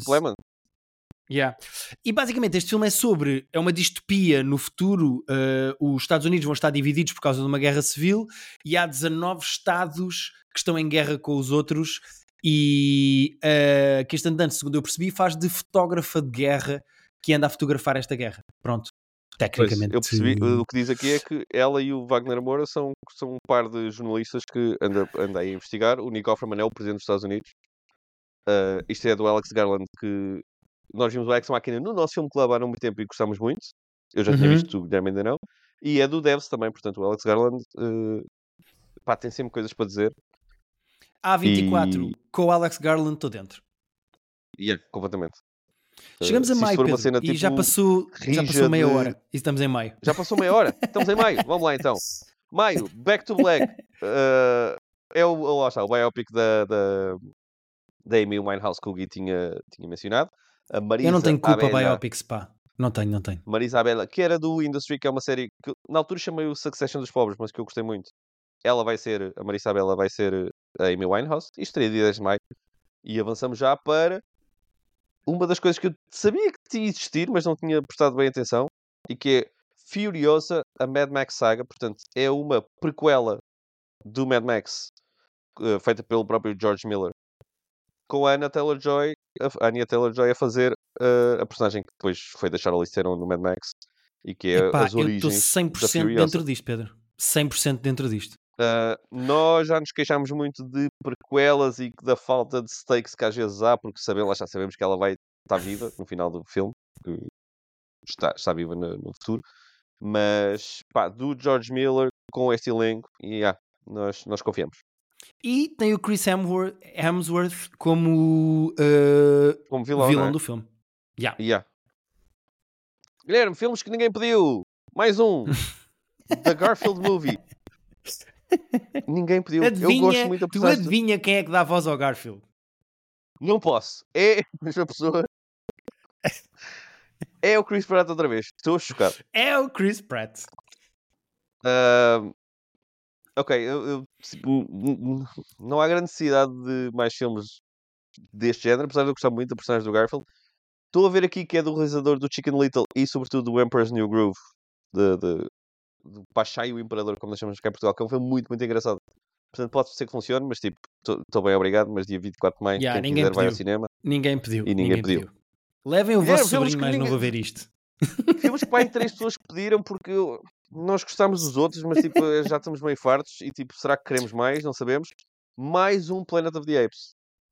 Speaker 1: E basicamente este filme é uma distopia no futuro. Os Estados Unidos vão estar divididos por causa de uma guerra civil e há 19 estados que estão em guerra com os outros, e Kirsten Dunst, segundo eu percebi, faz de fotógrafa de guerra que anda a fotografar esta guerra. Pronto, tecnicamente.
Speaker 2: Pois, eu percebi, o que diz aqui é que ela e o Wagner Moura são um par de jornalistas que anda a investigar. O Nick Offerman é o presidente dos Estados Unidos. Isto é do Alex Garland, que nós vimos o Ex Machina no nosso filme club há não muito tempo e gostámos muito. Eu já tinha visto, o Guilherme ainda não. E é do Devs também, portanto o Alex Garland tem sempre coisas para dizer.
Speaker 1: A24 com o Alex Garland, estou dentro.
Speaker 2: Completamente.
Speaker 1: Chegamos a maio, Pedro,
Speaker 2: cena,
Speaker 1: e
Speaker 2: tipo,
Speaker 1: já passou meia hora e estamos em maio.
Speaker 2: Já passou meia hora? Estamos em maio, vamos lá então. Maio, Back to Black. É o biopic da Amy Winehouse que o Gui tinha mencionado. A Marisa
Speaker 1: eu não tenho culpa
Speaker 2: Abela,
Speaker 1: biopics, pá. Não tenho.
Speaker 2: Marisa Abela, que era do Industry, que é uma série que na altura chamei o Succession dos Pobres, mas que eu gostei muito. A Marisa Abela vai ser a Amy Winehouse. Isto teria dia 10 de maio. E avançamos já para uma das coisas que eu sabia que tinha existir, mas não tinha prestado bem atenção, e que é Furiosa, a Mad Max saga. Portanto, é uma prequela do Mad Max, feita pelo próprio George Miller, com a Anya Taylor-Joy a fazer a personagem que depois foi da Charlize Theron no Mad Max, e que é as origens
Speaker 1: eu estou 100% dentro disto, Pedro. 100% dentro disto.
Speaker 2: Nós já nos queixámos muito de prequelas e da falta de stakes que às vezes há, porque já sabemos que ela vai estar viva no final do filme, que está viva no futuro, mas do George Miller com este elenco, e nós confiamos.
Speaker 1: E tem o Chris Hemsworth como vilão do filme.
Speaker 2: Guilherme, filmes que ninguém pediu. Mais um. The Garfield Movie. Ninguém pediu. Eu gosto muito da personagem.
Speaker 1: Tu adivinha quem é que dá voz ao Garfield?
Speaker 2: Não posso. É a mesma pessoa. É o Chris Pratt outra vez. Estou chocado.
Speaker 1: É o Chris Pratt.
Speaker 2: Ok, não há grande necessidade de mais filmes deste género, apesar de eu gostar muito da personagem do Garfield. Estou a ver aqui que é do realizador do Chicken Little e sobretudo do Emperor's New Groove, do Pachai o Imperador, como nós chamamos cá em Portugal, que é um filme muito, muito engraçado. Portanto, pode ser que funcione, mas tipo, estou bem obrigado, mas dia 24 de maio, quem quiser vai ao cinema.
Speaker 1: Ninguém pediu.
Speaker 2: E ninguém pediu.
Speaker 1: Levem o vosso sobrinho mais novo a ver isto.
Speaker 2: Filmes que 3 pessoas que pediram porque nós gostámos dos outros, mas tipo, já estamos meio fartos e tipo, será que queremos mais? Não sabemos. Mais um Planet of the Apes.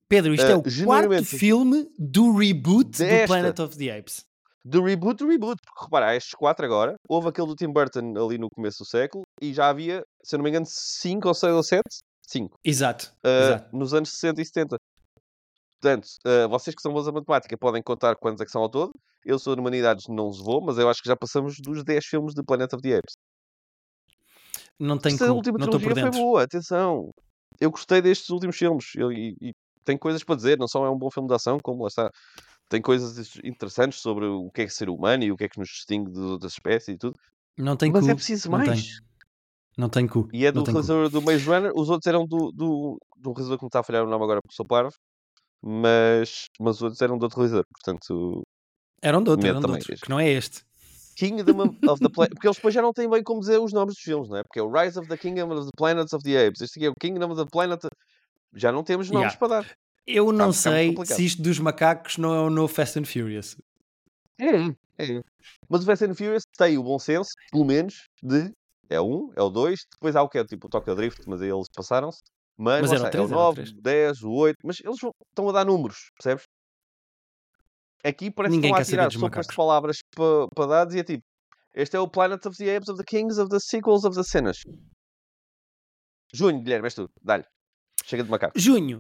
Speaker 1: Pedro, isto é o quarto
Speaker 2: genuinamente,
Speaker 1: filme do reboot do
Speaker 2: desta,
Speaker 1: Planet of the Apes.
Speaker 2: do reboot, porque repara, há estes 4 agora, houve aquele do Tim Burton ali no começo do século, e já havia, se eu não me engano, 5 ou 6 ou 7, 5,
Speaker 1: Exato, exato.
Speaker 2: nos anos 60 e 70. Portanto, vocês que são bons a matemática podem contar quantos é que são ao todo. Eu sou de humanidades, não os vou, mas eu acho que já passamos dos 10 filmes de Planet of the Apes.
Speaker 1: Não tenho
Speaker 2: Esta
Speaker 1: cu,
Speaker 2: última
Speaker 1: não estou por
Speaker 2: trilogia foi
Speaker 1: dentro.
Speaker 2: boa, atenção. Eu gostei destes últimos filmes. E tem coisas para dizer, não só é um bom filme de ação, como lá está. Tem coisas interessantes sobre o que é ser humano e o que é que nos distingue de outras espécies e tudo.
Speaker 1: Não tenho
Speaker 2: Mas é
Speaker 1: cu,
Speaker 2: preciso
Speaker 1: não
Speaker 2: mais.
Speaker 1: tenho. Não tenho cu,
Speaker 2: E é
Speaker 1: não
Speaker 2: do
Speaker 1: tenho cu.
Speaker 2: realizador do Maze Runner. Os outros eram do realizador que me está a falhar o nome agora porque sou parvo. Mas os outros eram de outro realizador. Portanto,
Speaker 1: Eram de
Speaker 2: medo também
Speaker 1: outro,
Speaker 2: deste.
Speaker 1: que não é este.
Speaker 2: Kingdom of the Planet. Porque eles depois já não têm bem como dizer os nomes dos filmes, não é? Porque é o Rise of the Kingdom of the Planets of the Apes. Este aqui é o Kingdom of the Planet. Já não temos nomes
Speaker 1: Yeah.
Speaker 2: para dar.
Speaker 1: Eu
Speaker 2: Está a
Speaker 1: não
Speaker 2: ficar muito
Speaker 1: sei
Speaker 2: complicado.
Speaker 1: se isto dos macacos não é o novo Fast and Furious.
Speaker 2: É. Mas o Fast and Furious tem o bom senso, pelo menos, de é o 1, é o 2, depois há o que é tipo o Tokyo Drift, mas aí eles passaram-se. Mas
Speaker 1: Mas
Speaker 2: lá
Speaker 1: era o
Speaker 2: está, é o
Speaker 1: 3, era o
Speaker 2: 9,
Speaker 1: 3.
Speaker 2: o 10, o 8, mas eles estão a dar números, percebes? Aqui parece que
Speaker 1: Ninguém
Speaker 2: estão a
Speaker 1: quer saber
Speaker 2: tirar
Speaker 1: dos
Speaker 2: sopas de
Speaker 1: macacos.
Speaker 2: palavras para dados e é tipo, este é o Planet of the Apes of the Kings of the Sequels of the Cenas. Junho, Guilherme, és tu, dá-lhe. Chega de macacos.
Speaker 1: Junho,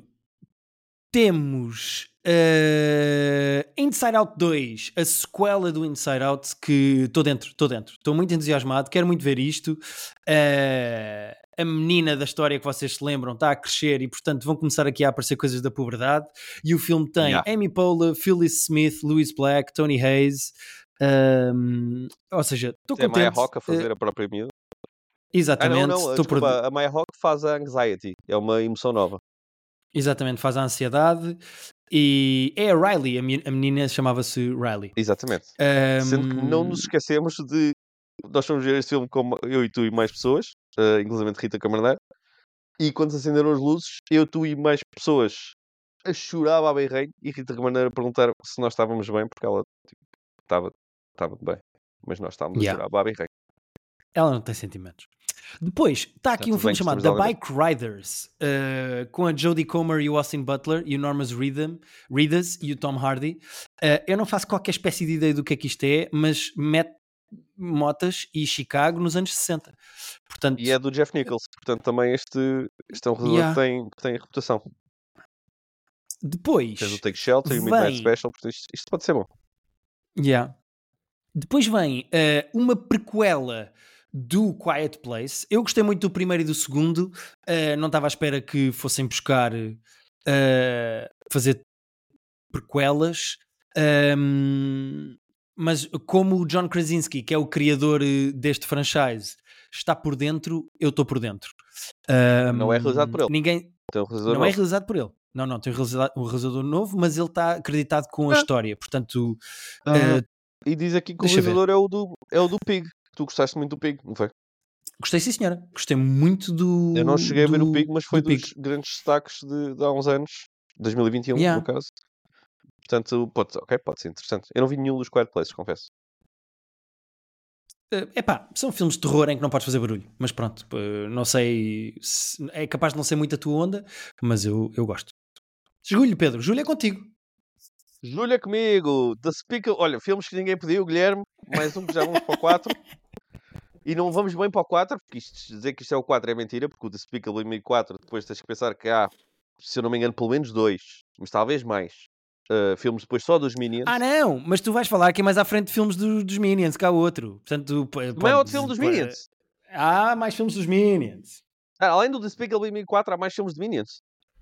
Speaker 1: temos Inside Out 2, a sequela do Inside Out, que estou dentro, estou muito entusiasmado, quero muito ver isto. A menina da história que vocês se lembram está a crescer e portanto vão começar aqui a aparecer coisas da puberdade, e o filme tem
Speaker 2: Yeah.
Speaker 1: Amy Poehler, Phyllis Smith, Louis Black, Tony Hayes, ou seja, estou
Speaker 2: Tem a Maya
Speaker 1: contente.
Speaker 2: Hawke a fazer a própria miúda.
Speaker 1: Exatamente,
Speaker 2: Não,
Speaker 1: estou por...
Speaker 2: desculpa, a Maya Hawke faz a Anxiety, é uma emoção nova.
Speaker 1: Exatamente, faz a ansiedade. E é a Riley, a menina chamava-se Riley.
Speaker 2: Exatamente. Sendo que não nos esquecemos de. Nós fomos ver este filme com eu e tu e mais pessoas, inclusive Rita Camarneiro, e quando se acenderam as luzes, eu, tu e mais pessoas a chorar a bem rei e Rita Camarneiro a perguntar se nós estávamos bem, porque ela estava bem, mas nós estávamos a chorar a bem rei.
Speaker 1: Ela não tem sentimentos. Depois, está aqui um filme chamado The Bike Riders, com a Jodie Comer e o Austin Butler e o Norman Reedus e o Tom Hardy. Eu não faço qualquer espécie de ideia do que é que isto é, mas mete motas e Chicago nos anos 60. Portanto,
Speaker 2: E é do Jeff Nichols, portanto também este é um realizador que tem reputação.
Speaker 1: Depois
Speaker 2: Fez o Take Shelter e o Midnight Special, portanto isto pode ser bom.
Speaker 1: Depois vem uma prequela do Quiet Place. Eu gostei muito do primeiro e do segundo. Não estava à espera que fossem buscar fazer prequelas. Mas como o John Krasinski, que é o criador deste franchise, está por dentro, eu estou por dentro.
Speaker 2: Não é realizado por ele.
Speaker 1: Tem um realizador novo. É realizado por ele. Não, tem um realizador novo, mas ele está acreditado com a história. Portanto...
Speaker 2: E diz aqui que o realizador é o do Pig. Tu gostaste muito do Pig, não foi?
Speaker 1: Gostei, sim, senhora. Gostei muito do...
Speaker 2: Eu não cheguei a ver o Pig, mas foi dos
Speaker 1: Pig.
Speaker 2: grandes destaques de há uns anos. 2021, no caso. Portanto, pode ser interessante. Eu não vi nenhum dos Quiet Places, confesso.
Speaker 1: São filmes de terror em que não podes fazer barulho. Mas pronto, não sei... É capaz de não ser muito a tua onda, mas eu gosto. Julho, Pedro. Julho é contigo.
Speaker 2: Julho é comigo. Olha, filmes que ninguém pediu, Guilherme. Mais um que já vamos para o 4. E não vamos bem para o 4, porque dizer que isto é o 4 é mentira, porque o Despicable Me 4, depois tens que pensar que há, se eu não me engano, pelo menos 2, mas talvez mais, filmes depois só dos Minions.
Speaker 1: Não, mas tu vais falar aqui mais à frente de filmes dos Minions, que há outro. Portanto,
Speaker 2: Não é outro filme dos Minions.
Speaker 1: Há mais filmes dos Minions.
Speaker 2: Além do Despicable Me 4, há mais filmes de Minions.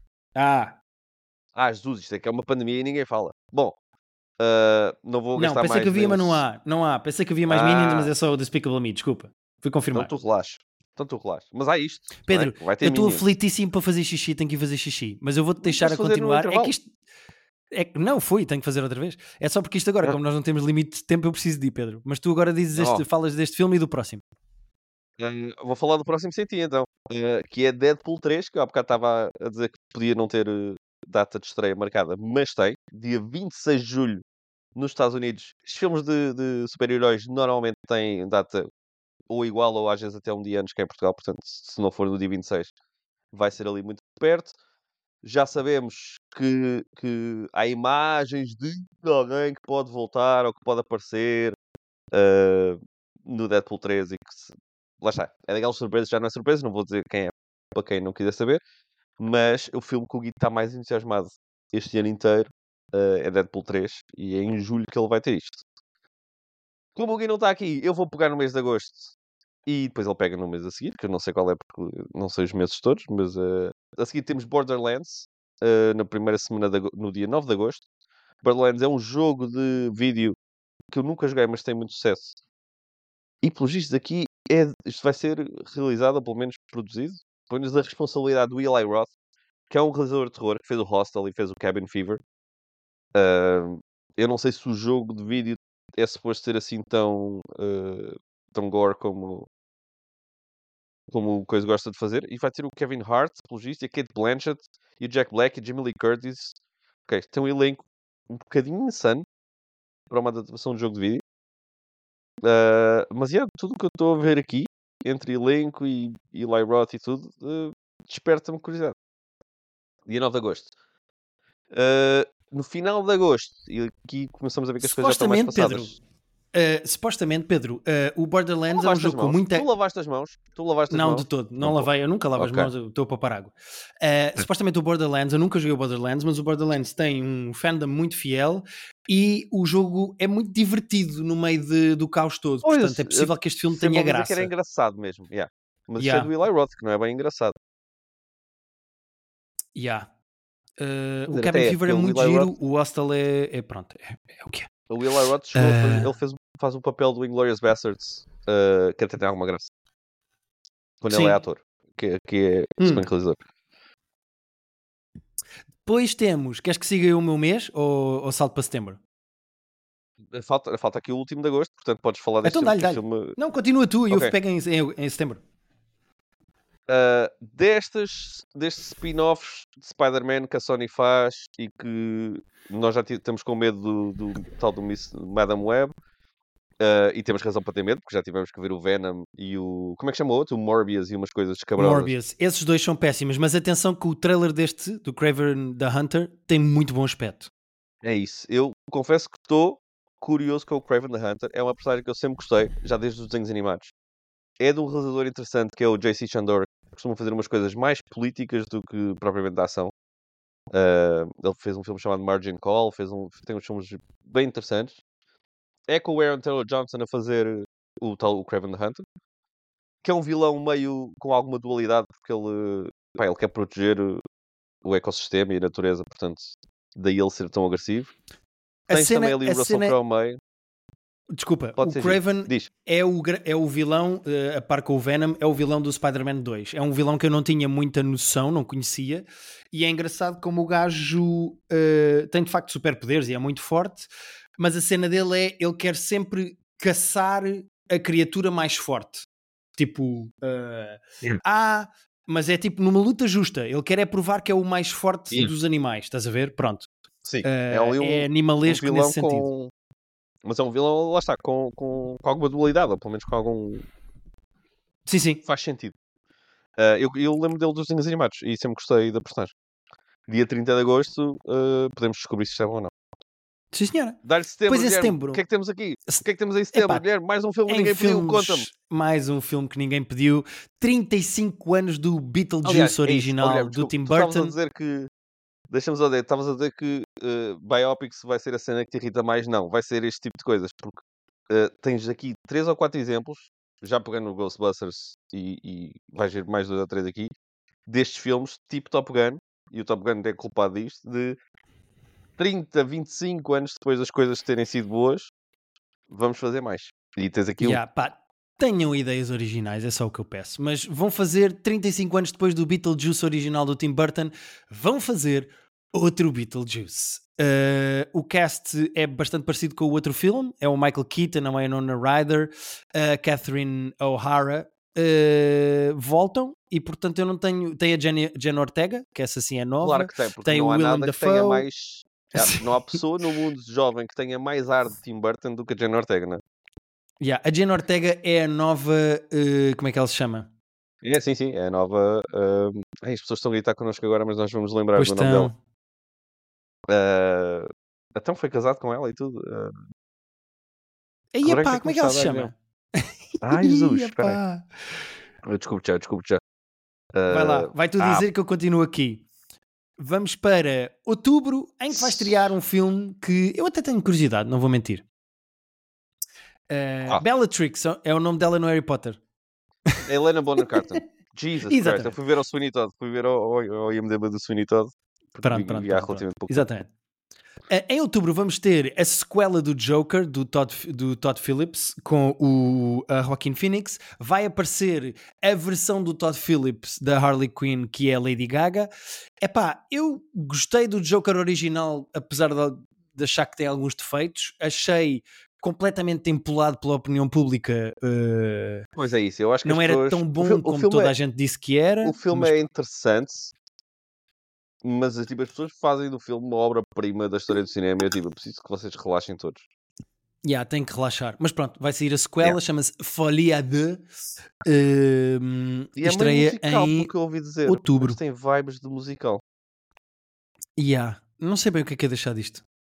Speaker 2: Jesus, isto é que é uma pandemia e ninguém fala. Bom, não vou gastar mais...
Speaker 1: Não, pensei que havia, mas não há. Pensei que havia mais Minions, mas é só o Despicable Me, desculpa. Fui confirmar.
Speaker 2: Então tu relaxa. Mas há isto.
Speaker 1: Pedro,
Speaker 2: vai ter
Speaker 1: eu estou aflitíssimo para fazer xixi, tenho que ir fazer xixi. Mas eu vou-te deixar a continuar. É que isto... Não, tenho que fazer outra vez. É só porque isto agora, como nós não temos limite de tempo, eu preciso de ir, Pedro. Mas tu agora falas deste filme e do próximo.
Speaker 2: Vou falar do próximo sem ti, então. Que é Deadpool 3, que eu há bocado estava a dizer que podia não ter data de estreia marcada, mas tem. Dia 26 de julho, nos Estados Unidos. Os filmes de super-heróis normalmente têm data ou igual ou às vezes até um dia antes que é em Portugal. Portanto, se não for no dia 26, vai ser ali muito perto. Já sabemos que há imagens de alguém que pode voltar ou que pode aparecer no Deadpool 3 e que lá está. É daquelas surpresas, já não é surpresa, não vou dizer quem é para quem não quiser saber, mas o filme que o Gui está mais entusiasmado este ano inteiro é Deadpool 3 e é em julho que ele vai ter isto. Como o Gui não está aqui, eu vou pegar no mês de agosto e depois ele pega no mês a seguir, que eu não sei qual é porque não sei os meses todos, mas a seguir temos Borderlands na primeira semana, no dia 9 de agosto. Borderlands é um jogo de vídeo que eu nunca joguei, mas tem muito sucesso. E pelos vistos aqui, isto vai ser realizado, ou pelo menos produzido, pelo menos da responsabilidade do Eli Roth, que é um realizador de terror, que fez o Hostel e fez o Cabin Fever. Eu não sei se o jogo de vídeo é suposto ser assim tão gore como o Coisa gosta de fazer. E vai ter o Kevin Hart, pelo visto, e a Cate Blanchett, e o Jack Black, e a Jamie Lee Curtis. Ok, tem um elenco um bocadinho insano para uma adaptação de jogo de vídeo. Mas tudo o que eu estou a ver aqui, entre elenco e Eli Roth e tudo, desperta-me curiosidade. Dia 9 de agosto. No final de agosto, e aqui começamos a ver que as coisas já estão mais passadas.
Speaker 1: Supostamente, Pedro, o Borderlands é um jogo com muita...
Speaker 2: Tu lavaste as mãos?
Speaker 1: Não, de todo. Não lavei. Eu nunca lavo as mãos. Eu estou a poupar água. Supostamente o Borderlands, eu nunca joguei o Borderlands, mas o Borderlands tem um fandom muito fiel e o jogo é muito divertido no meio do caos todo.
Speaker 2: Pois,
Speaker 1: portanto, é possível que este filme tenha graça.
Speaker 2: Que era engraçado mesmo. Yeah. Mas isto é do Eli Roth, que não é bem engraçado.
Speaker 1: O Cabin Fever é muito giro. Roth... O Hostel é pronto. É o que é.
Speaker 2: O Eli Roth ele faz o papel do Inglourious Basterds, que até tem alguma graça. Quando ele é ator, que é excelente realizador.
Speaker 1: Depois temos, queres que siga o meu mês ou salto para setembro?
Speaker 2: Falta aqui o último de agosto, portanto podes falar deste
Speaker 1: filme. Então dá-lhe. Não, continua tu e eu pego em setembro.
Speaker 2: Destes spin-offs de Spider-Man que a Sony faz e que nós já estamos com medo do tal do Madame Web, e temos razão para ter medo, porque já tivemos que ver o Venom e o... Como é que chama o outro? O Morbius e umas coisas escabrosas.
Speaker 1: Morbius. Esses dois são péssimos, mas atenção que o trailer do Kraven the Hunter, tem muito bom aspecto.
Speaker 2: É isso. Eu confesso que estou curioso com o Kraven the Hunter. É uma personagem que eu sempre gostei, já desde os desenhos animados. É de um realizador interessante que é o J.C. Chandor, que costuma fazer umas coisas mais políticas do que propriamente da ação. Ele fez um filme chamado Margin Call, tem uns filmes bem interessantes. É com o Aaron Taylor Johnson a fazer o Kraven the Hunter, que é um vilão meio com alguma dualidade, porque ele quer proteger o ecossistema e a natureza, portanto, daí ele ser tão agressivo. Tens também ali o Russell Crowe meio.
Speaker 1: Desculpa, o Kraven é o vilão, a par com o Venom, é o vilão do Spider-Man 2. É um vilão que eu não tinha muita noção, não conhecia, e é engraçado como o gajo tem de facto superpoderes e é muito forte, mas a cena dele é, ele quer sempre caçar a criatura mais forte. Tipo, mas é tipo numa luta justa, ele quer é provar que é o mais forte dos animais, estás a ver? Pronto.
Speaker 2: Sim,
Speaker 1: é animalesco nesse sentido.
Speaker 2: Mas é um vilão, lá está, com alguma dualidade, ou pelo menos com algum...
Speaker 1: Sim.
Speaker 2: Faz sentido. Eu lembro dele dos desenhos animados e sempre gostei da personagem. Dia 30 de agosto, podemos descobrir se isto é bom ou não.
Speaker 1: Sim, senhora.
Speaker 2: Dar setembro,
Speaker 1: Depois em setembro.
Speaker 2: O que é que temos aqui? O que é que temos em setembro, Guilherme? Mais um filme que ninguém pediu, conta-me.
Speaker 1: Mais um filme que ninguém pediu. 35 anos do Beetlejuice original do Tim Burton.
Speaker 2: Estavas a dizer que... Deixa-me só dizer, estavas a dizer que Biopics vai ser a cena que te irrita mais. Não, vai ser este tipo de coisas. Porque tens aqui 3 ou 4 exemplos, já pegando no Ghostbusters e vais ver mais 2 ou 3 aqui, destes filmes, tipo Top Gun, e o Top Gun é culpado disto, de 30, 25 anos depois das coisas terem sido boas, vamos fazer mais. E tens aqui
Speaker 1: tenham ideias originais, é só o que eu peço. Mas vão fazer, 35 anos depois do Beetlejuice original do Tim Burton, vão fazer outro Beetlejuice. O cast é bastante parecido com o outro filme. É o Michael Keaton, a Winona Ryder, a Catherine O'Hara. Voltam e, portanto, eu não tenho... Tem a Jenna Ortega, que essa sim é nova.
Speaker 2: Claro que tem, porque
Speaker 1: tem
Speaker 2: não
Speaker 1: o
Speaker 2: há
Speaker 1: Willem
Speaker 2: nada
Speaker 1: Dafoe.
Speaker 2: Que tenha mais... não há pessoa no mundo jovem que tenha mais ar de Tim Burton do que a Jenna Ortega, não é?
Speaker 1: A Jenna Ortega é a nova... como é que ela se chama?
Speaker 2: Sim, é a nova. As pessoas estão a gritar connosco agora, mas nós vamos lembrar
Speaker 1: Pois
Speaker 2: do nome dela.
Speaker 1: estão.
Speaker 2: Então foi casado com ela e tudo.
Speaker 1: Aí,
Speaker 2: Rebecca
Speaker 1: epá, como é que ela se
Speaker 2: começava a dar.
Speaker 1: chama?
Speaker 2: Ai, Jesus,
Speaker 1: Ih,
Speaker 2: espera aí.
Speaker 1: epá.
Speaker 2: Desculpe já.
Speaker 1: Vai lá, vai tu dizer que eu continuo aqui. Vamos para outubro, em que vai estrear um filme que eu até tenho curiosidade, não vou mentir. Bellatrix é o nome dela no Harry Potter.
Speaker 2: Helena Bonham Carter. Jesus Christ, eu
Speaker 1: Exatamente.
Speaker 2: fui ver ao Sweeney Todd, fui ver ao IMDb do Sweeney Todd, porque vi há relativamente pouco tempo.
Speaker 1: Exatamente. Em outubro vamos ter a sequela do Joker, do Todd Phillips, com o Joaquin Phoenix. Vai aparecer a versão do Todd Phillips da Harley Quinn, que é a Lady Gaga. Epá, eu gostei do Joker original, apesar de achar que tem alguns defeitos. Achei completamente empolado pela opinião pública.
Speaker 2: Pois é isso, eu acho que
Speaker 1: Não
Speaker 2: as
Speaker 1: era
Speaker 2: pessoas...
Speaker 1: tão bom como toda a gente disse que era.
Speaker 2: O filme é interessante, mas tipo, as pessoas fazem do filme uma obra-prima da história do cinema e eu tipo, preciso que vocês relaxem todos.
Speaker 1: Tem que relaxar. Mas pronto, vai sair a sequela, chama-se Folia de
Speaker 2: E é
Speaker 1: estreia
Speaker 2: meio musical,
Speaker 1: em
Speaker 2: pelo que eu ouvi dizer.
Speaker 1: outubro.
Speaker 2: Mas tem vibes de musical.
Speaker 1: Não sei bem o que é deixar disto.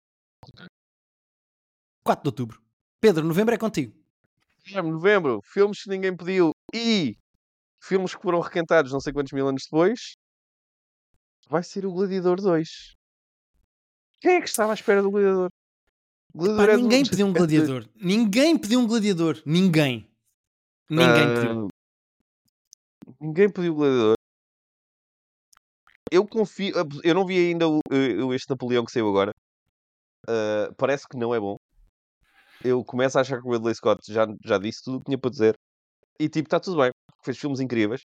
Speaker 1: 4 de outubro. Pedro, novembro é contigo.
Speaker 2: Novembro, filmes que ninguém pediu e filmes que foram requentados não sei quantos mil anos depois. Vai ser o Gladiador 2. Quem é que estava à espera do Gladiador?
Speaker 1: Epá, ninguém pediu um gladiador. Ninguém pediu um gladiador. Ninguém pediu.
Speaker 2: Ninguém pediu o Gladiador. Eu confio. Eu não vi ainda este Napoleão que saiu agora. Parece que não é bom. Eu começo a achar que o Ridley Scott já disse tudo o que tinha para dizer. E tipo, está tudo bem. Fez filmes incríveis.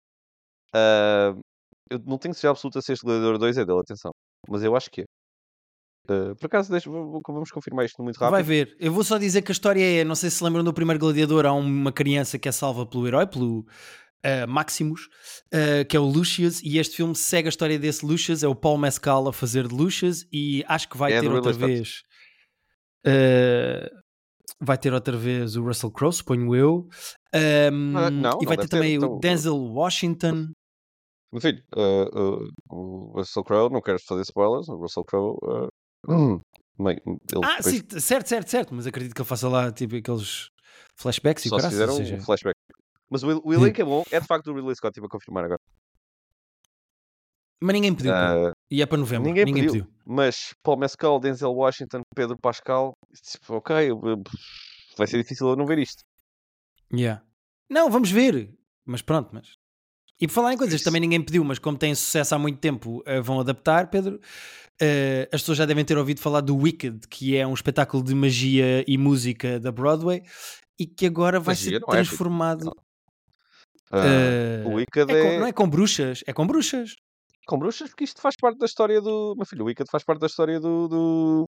Speaker 2: Eu não tenho certeza absoluta se este Gladiador 2 é dele, atenção. Mas eu acho que é. Por acaso, vamos confirmar isto muito rápido.
Speaker 1: Vai ver. Eu vou só dizer que a história é... Não sei se lembram do primeiro gladiador. Há uma criança que é salva pelo herói, pelo Maximus, que é o Lucius. E este filme segue a história desse Lucius. É o Paul Mescal a fazer de Lucius. E acho que vai ter outra vez... vai ter outra vez o Russell Crowe, suponho eu.
Speaker 2: Não,
Speaker 1: e vai ter também
Speaker 2: então,
Speaker 1: o Denzel Washington.
Speaker 2: Meu filho, o Russell Crowe, não quero fazer spoilers, o Russell Crowe...
Speaker 1: Sim, certo, mas acredito que ele faça lá tipo aqueles flashbacks e
Speaker 2: só se fizeram um flashback. Mas o elenco é bom, é de facto o Ridley Scott, estive a confirmar agora.
Speaker 1: Mas ninguém pediu, Pedro. E é para novembro.
Speaker 2: Ninguém pediu. Mas Paul Mescal, Denzel Washington, Pedro Pascal, ok, vai ser difícil eu não ver isto.
Speaker 1: Não, vamos ver. Mas pronto, E por falar em coisas que também ninguém pediu, mas como tem sucesso há muito tempo, vão adaptar, Pedro. As pessoas já devem ter ouvido falar do Wicked, que é um espetáculo de magia e música da Broadway e que agora vai ser transformado.
Speaker 2: O Wicked
Speaker 1: não é com bruxas, é com bruxas.
Speaker 2: Com bruxas, porque isto faz parte da história do... Meu filho, o Wicked faz parte da história do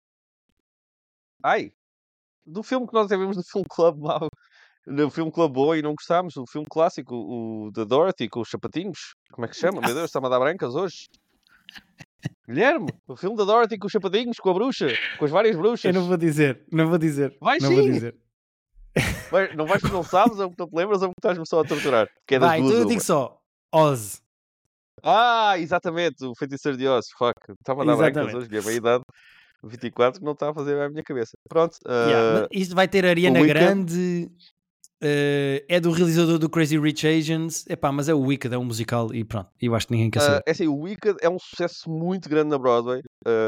Speaker 2: filme que nós vimos no Film Club lá. No Film Club bom e não gostámos. O filme clássico, o da Dorothy com os sapatinhos. Como é que se chama? Meu Deus, está-me a dar brancas hoje. Guilherme, o filme da Dorothy com os sapatinhos, com a bruxa, com as várias bruxas.
Speaker 1: Eu não vou dizer.
Speaker 2: Vai
Speaker 1: não
Speaker 2: sim!
Speaker 1: Vou dizer.
Speaker 2: Não vais porque não sabes, ou porque não te lembras, ou porque estás-me só a torturar. Que é das
Speaker 1: duas,
Speaker 2: duas,
Speaker 1: então eu digo só Oz.
Speaker 2: Exatamente, o Feiticeiro de Oz. Fuck, está-me a dar brancas hoje, Guilherme. A idade 24 não está a fazer a minha cabeça. Pronto.
Speaker 1: Mas isto vai ter a Ariana Grande. É do realizador do Crazy Rich Asians. Mas é o Wicked, é um musical e pronto. Eu acho que ninguém quer saber.
Speaker 2: É assim, o Wicked é um sucesso muito grande na Broadway.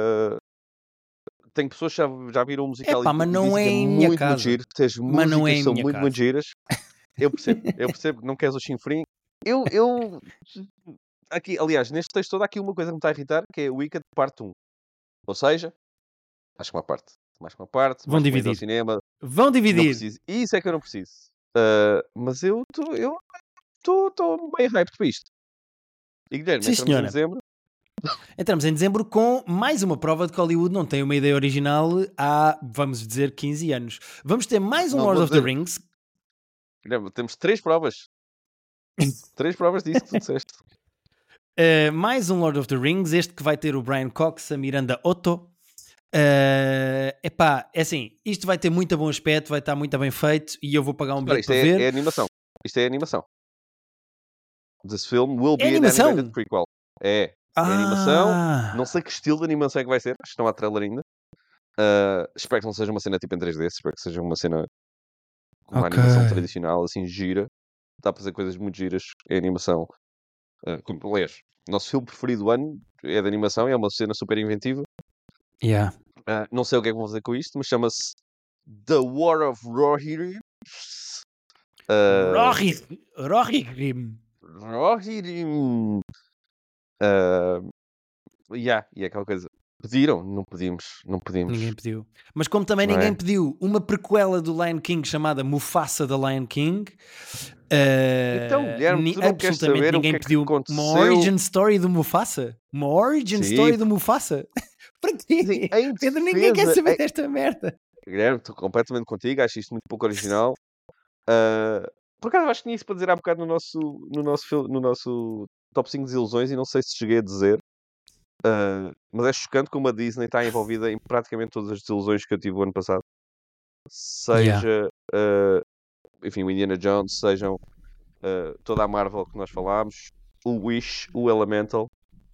Speaker 2: Tem pessoas que já viram o musical
Speaker 1: mas não é em minha casa.
Speaker 2: Muito giro. Tens músicas que são muito giras. Eu percebo. Não queres o chinfrim. Aqui, aliás, neste texto todo há aqui uma coisa que me está a irritar, que é o Wicked parte 1. Ou seja, mais que uma parte.
Speaker 1: Vão dividir.
Speaker 2: Ao cinema.
Speaker 1: Vão dividir.
Speaker 2: Isso é que eu não preciso. Mas eu estou bem hyped para isto. E Guilherme,
Speaker 1: sim,
Speaker 2: entramos em dezembro.
Speaker 1: Entramos em dezembro com mais uma prova de que Hollywood não tem uma ideia original há, vamos dizer, 15 anos. Vamos ter mais um Lord of the Rings.
Speaker 2: Guilherme, temos 3 provas. 3 provas disso que tu disseste.
Speaker 1: Mais um Lord of the Rings, este que vai ter o Brian Cox, a Miranda Otto. É assim, isto vai ter muito bom aspecto, vai estar muito bem feito e eu vou pagar um bilhete para ver.
Speaker 2: É animação. Isto é animação. This film will be
Speaker 1: É
Speaker 2: an
Speaker 1: animação?
Speaker 2: animated prequel. É animação. Não sei que estilo de animação é que vai ser. Acho que não há trailer ainda. Espero que não seja uma cena tipo em 3D. Espero que seja uma cena... Uma animação tradicional, assim, gira. Dá para fazer coisas muito giras em animação. Aliás, o nosso filme preferido do ano é de animação. É uma cena super inventiva.
Speaker 1: Yeah.
Speaker 2: Não sei o que é que vão fazer com isto, mas chama-se The War of Rohirrim.
Speaker 1: Rohirrim.
Speaker 2: Rohirrim. E é aquela coisa. Pediram? Não pedimos.
Speaker 1: Ninguém pediu. Mas como também ninguém pediu uma prequela do Lion King chamada Mufasa da Lion King,
Speaker 2: então, Guilherme, tu não queres saber
Speaker 1: ninguém
Speaker 2: o que
Speaker 1: pediu
Speaker 2: aconteceu?
Speaker 1: uma origin story do Mufasa? Uma origin story do Mufasa? Para quê?
Speaker 2: Sim,
Speaker 1: Pedro, ninguém quer saber desta merda.
Speaker 2: Guilherme, estou completamente contigo. Acho isto muito pouco original. Por acaso acho que tinha isso para dizer há bocado no nosso Top 5 desilusões e não sei se cheguei a dizer. Mas é chocante como a Disney está envolvida em praticamente todas as desilusões que eu tive o ano passado. Seja, enfim, o Indiana Jones, sejam toda a Marvel que nós falámos, o Wish, o Elemental,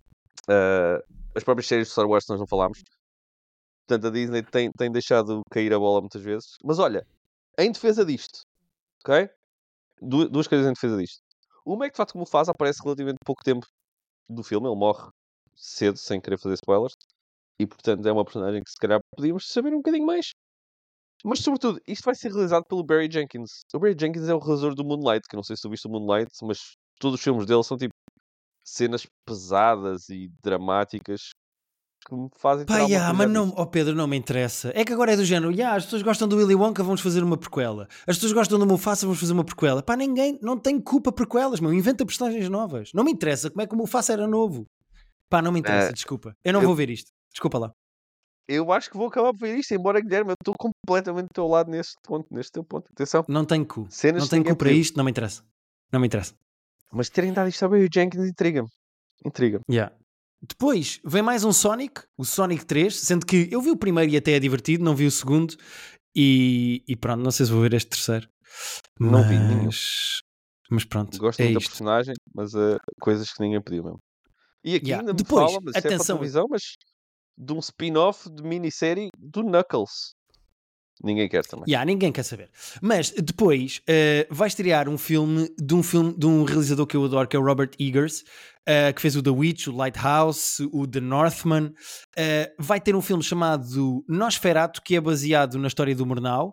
Speaker 2: as próprias séries de Star Wars que nós não falámos. Portanto, a Disney tem deixado cair a bola muitas vezes. Mas olha, em defesa disto, ok? Duas coisas em defesa disto. Uma é que, de facto, como faz, aparece relativamente pouco tempo do filme. Ele morre cedo, sem querer fazer spoilers. E, portanto, é uma personagem que, se calhar, podíamos saber um bocadinho mais. Mas, sobretudo, isto vai ser realizado pelo Barry Jenkins. O Barry Jenkins é o realizador do Moonlight, que não sei se tu viste o Moonlight, mas todos os filmes dele são, tipo, cenas pesadas e dramáticas que me fazem ter alguma coisa
Speaker 1: Mas não, Pedro, não me interessa. É que agora é do género, as pessoas gostam do Willy Wonka, vamos fazer uma prequela. As pessoas gostam do Mufasa, vamos fazer uma prequela. Ninguém, não tem culpa prequelas, meu. Inventa personagens novas. Não me interessa como é que o Mufasa era novo. Não me interessa, desculpa. Eu não vou ver isto. Desculpa lá.
Speaker 2: Eu acho que vou acabar por ver isto, embora, Guilherme, eu estou completamente do teu lado neste teu ponto. Atenção.
Speaker 1: Não tenho cu.
Speaker 2: Cenas
Speaker 1: não tenho cu para isto, não me interessa. Não me interessa.
Speaker 2: Mas terem dado isto a Barry Jenkins intriga-me.
Speaker 1: Yeah. Depois vem mais um Sonic, o Sonic 3, sendo que eu vi o primeiro e até é divertido, não vi o segundo e pronto, não sei se vou ver este terceiro.
Speaker 2: Não vi nenhum.
Speaker 1: Mas pronto,
Speaker 2: gosto muito da personagem, mas coisas que ninguém pediu mesmo. E aqui ainda me fala, mas isto é para a televisão, mas de um spin-off de minissérie do Knuckles. Ninguém quer também.
Speaker 1: Ninguém quer saber. Mas depois vai estrear um filme de um realizador que eu adoro, que é o Robert Eggers, que fez o The Witch, o Lighthouse, o The Northman. Vai ter um filme chamado Nosferatu, que é baseado na história do Murnau.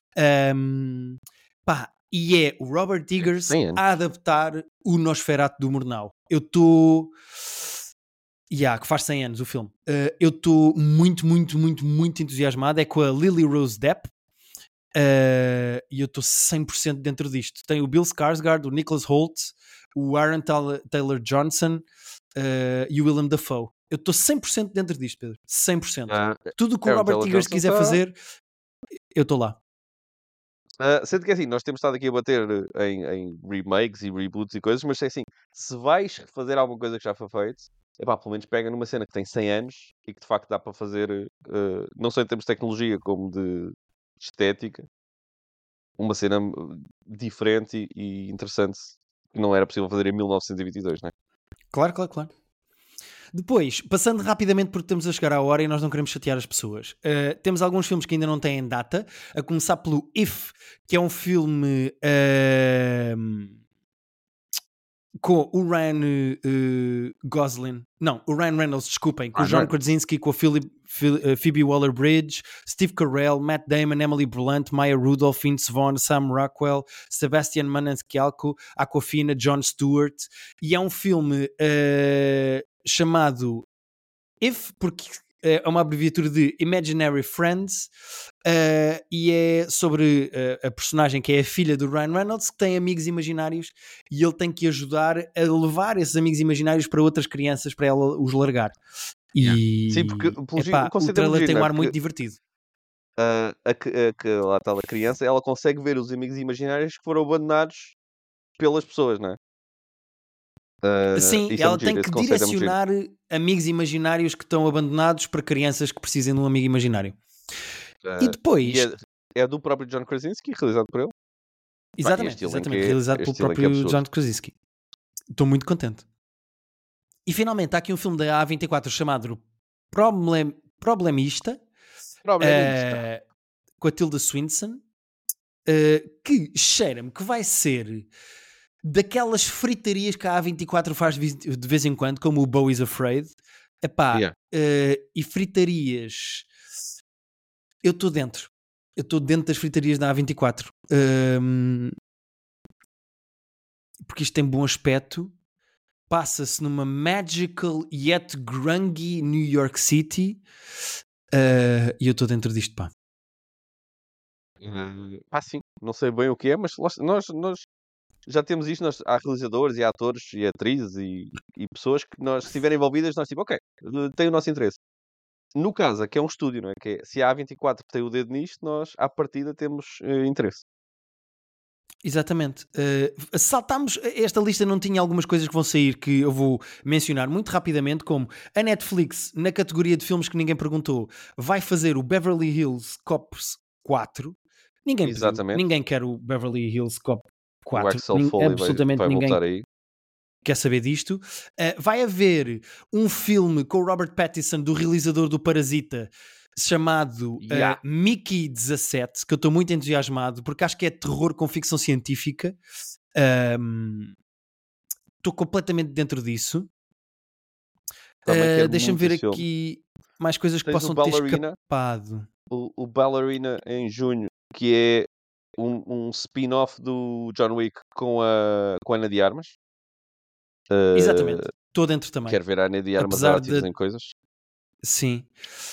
Speaker 1: E é o Robert Eggers a adaptar o Nosferatu do Murnau. Eu estou... que faz 100 anos o filme. Eu estou muito, muito, muito, muito entusiasmado. É com a Lily Rose Depp. E eu estou 100% dentro disto. Tem o Bill Skarsgård, o Nicholas Hoult, o Aaron Taylor Johnson e o Willem Dafoe. Eu estou 100% dentro disto, Pedro. 100%. Tudo o que o Robert Eggers quiser fazer, eu estou lá.
Speaker 2: Sendo que assim, nós temos estado aqui a bater em remakes e reboots e coisas, mas assim, se vais fazer alguma coisa que já foi feita, pelo menos pega numa cena que tem 100 anos e que de facto dá para fazer, não só em termos de tecnologia como de estética, uma cena diferente e interessante que não era possível fazer em 1922, não é?
Speaker 1: Claro. Depois, passando rapidamente porque estamos a chegar à hora e nós não queremos chatear as pessoas, temos alguns filmes que ainda não têm data, a começar pelo If, que é um filme com o Ryan Gosling, não, o Ryan Reynolds, desculpem, com o John Krasinski, com a Phoebe Waller-Bridge, Steve Carell, Matt Damon, Emily Blunt, Maya Rudolph, Vince Vaughn, Sam Rockwell, Sebastian Maniscalco, Awkwafina, Jon Stewart, e é um filme chamado If, porque é uma abreviatura de Imaginary Friends, e é sobre a personagem que é a filha do Ryan Reynolds, que tem amigos imaginários e ele tem que ajudar a levar esses amigos imaginários para outras crianças para ela os largar.
Speaker 2: Sim, porque
Speaker 1: o trailer tem um ar muito divertido.
Speaker 2: Lá está a criança, ela consegue ver os amigos imaginários que foram abandonados pelas pessoas, não é?
Speaker 1: Sim, ela tem que direcionar amigos imaginários que estão abandonados para crianças que precisem de um amigo imaginário. E depois...
Speaker 2: é do próprio John Krasinski, realizado por ele.
Speaker 1: Exatamente, realizado pelo próprio John Krasinski. Estou muito contente. E finalmente há aqui um filme da A24 chamado Problemista, com a Tilda Swinton, que cheira-me que vai ser daquelas fritarias que a A24 faz de vez em quando, como o Beau is Afraid. E fritarias, eu estou dentro das fritarias da A24, porque isto tem bom aspecto. Passa-se numa magical yet grungy New York City, e eu estou dentro disto, pá.
Speaker 2: Sim, não sei bem o que é, mas nós já temos isto. Há realizadores e atores e atrizes e pessoas que nós, se estiverem envolvidas, nós tipo, ok, tem o nosso interesse. No caso, aqui é um estúdio, não é? Que se a A24 tem o dedo nisto, nós à partida temos interesse.
Speaker 1: Exatamente. Saltámos, esta lista não tinha algumas coisas que vão sair que eu vou mencionar muito rapidamente, como a Netflix, na categoria de filmes que ninguém perguntou, vai fazer o Beverly Hills Cops 4. Ninguém pediu, ninguém quer o Beverly Hills Cop 4.
Speaker 2: O Axel Foley
Speaker 1: absolutamente
Speaker 2: vai
Speaker 1: ninguém
Speaker 2: voltar aí.
Speaker 1: Quer saber disto. Vai haver um filme com o Robert Pattinson, do realizador do Parasita, chamado Mickey 17, que eu estou muito entusiasmado, porque acho que é terror com ficção científica. Estou completamente dentro disso. Deixa-me ver aqui mais coisas que possam ter escapado.
Speaker 2: O Ballerina em junho, que é um spin-off do John Wick com a Ana de Armas.
Speaker 1: Exatamente, estou dentro também.
Speaker 2: Quero ver a Ana de Armas ativas em coisas.
Speaker 1: Sim.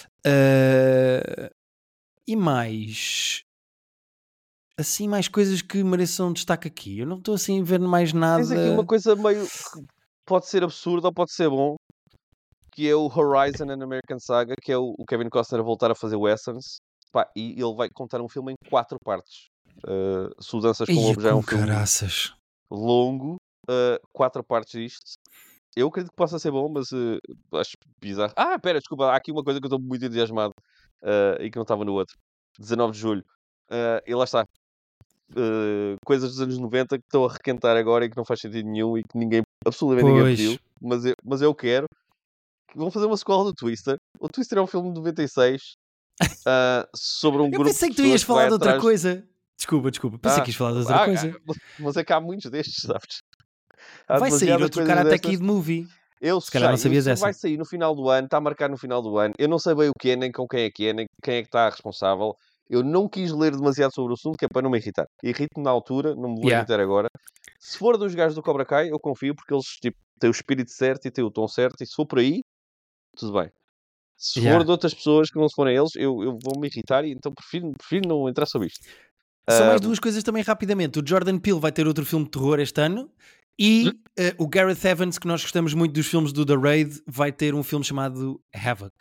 Speaker 1: E mais... assim, mais coisas que mereçam destaque aqui. Eu não estou assim a ver mais nada.
Speaker 2: Tens aqui uma coisa meio que pode ser absurda ou pode ser bom, que é o Horizon and American Saga, que é o Kevin Costner a voltar a fazer westerns. E ele vai contar um filme em 4 partes. Se o Danças com o Lobo já é um filme longo, 4 partes disto. Eu acredito que possa ser bom, mas acho bizarro. Pera, desculpa, há aqui uma coisa que eu estou muito entusiasmado e que não estava no outro. 19 de julho. E lá está. Coisas dos anos 90 que estão a requentar agora e que não faz sentido nenhum e que absolutamente ninguém pediu. Mas eu quero. Vão fazer uma sequela do Twister. O Twister é um filme de 96 sobre um grupo de pessoas.
Speaker 1: Eu pensei que tu ias falar de outra coisa. Desculpa. Pensei que ias falar de outra coisa.
Speaker 2: Mas é que há muitos destes, sabes?
Speaker 1: Vai sair outro Karate Kid Movie. Se calhar não sabias essa.
Speaker 2: Vai sair no final do ano, está a marcar no final do ano. Eu não sei bem o que é, nem com quem é que é, nem quem é que está responsável. Eu não quis ler demasiado sobre o assunto, que é para não me irritar. Irrito-me na altura, não me vou irritar agora. Se for dos gajos do Cobra Kai, eu confio, porque eles têm o espírito certo e têm o tom certo. E se for por aí, tudo bem. Se for de outras pessoas que não se forem eles, eu vou me irritar e então prefiro não entrar sobre isto.
Speaker 1: São mais duas coisas também rapidamente. O Jordan Peele vai ter outro filme de terror este ano. E o Gareth Evans, que nós gostamos muito dos filmes do The Raid, vai ter um filme chamado Havoc.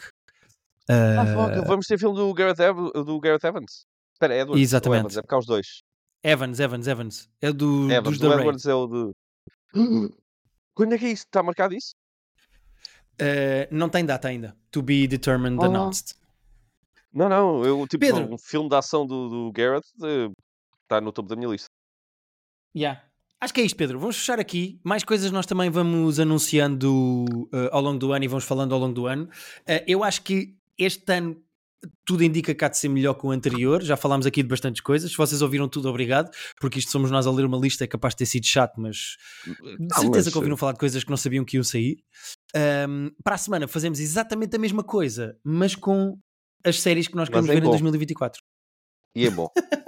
Speaker 2: Vamos ter filme do Gareth Evans? Espera, é Edwards.
Speaker 1: Exatamente.
Speaker 2: Evans, é porque há os dois.
Speaker 1: Evans. É dos The Raid.
Speaker 2: Edwards é o de... Quando é que é isso? Está marcado isso?
Speaker 1: Não tem data ainda. To be determined, announced.
Speaker 2: Não. Um filme de ação do Gareth está no topo da minha lista.
Speaker 1: Acho que é isto, Pedro. Vamos fechar aqui. Mais coisas nós também vamos anunciando ao longo do ano e vamos falando ao longo do ano. Eu acho que este ano tudo indica que há de ser melhor que o anterior. Já falámos aqui de bastantes coisas. Se vocês ouviram tudo, obrigado. Porque isto somos nós a ler uma lista, é capaz de ter sido chato, mas de certeza que ouviram falar de coisas que não sabiam que iam sair. Para a semana fazemos exatamente a mesma coisa, mas com as séries que nós queremos ver em 2024.
Speaker 2: E é bom.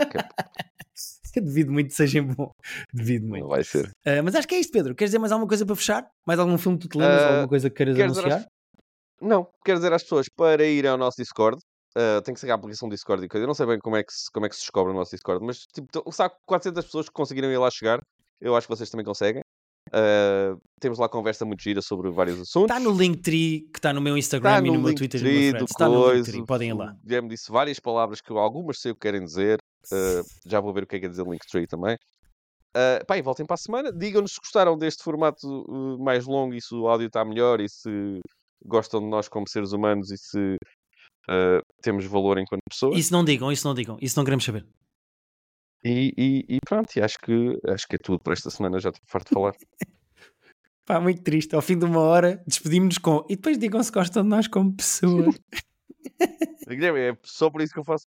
Speaker 1: Devido muito seja bom. Devido muito.
Speaker 2: Não vai ser.
Speaker 1: Mas acho que é isto, Pedro. Queres dizer mais alguma coisa para fechar? Mais algum filme que tu te lembras? Alguma coisa que queiras anunciar?
Speaker 2: Não. Quero dizer às pessoas para ir ao nosso Discord. Tem que seguir a aplicação do Discord e coisa. Eu não sei bem como é que se descobre o nosso Discord, mas sabe 400 pessoas que conseguiram ir lá chegar. Eu acho que vocês também conseguem. Temos lá conversa muito gira sobre vários assuntos.
Speaker 1: Está no Linktree, que está no meu Instagram e no meu Twitter e no meu Threads. Está no Linktree, podem ir lá.
Speaker 2: Já me disse várias palavras que algumas sei o que querem dizer. Já vou ver o que é que quer dizer Linktree também. E voltem para a semana. Digam-nos se gostaram deste formato mais longo e se o áudio está melhor e se gostam de nós como seres humanos e se temos valor enquanto pessoas.
Speaker 1: Isso não digam. Isso não queremos saber.
Speaker 2: E pronto, acho que é tudo por esta semana. Já estou farto de falar.
Speaker 1: Pá, muito triste. Ao fim de 1 hora, despedimos-nos com. E depois digam se gostam de nós como pessoas.
Speaker 2: Guilherme, é só por isso que eu faço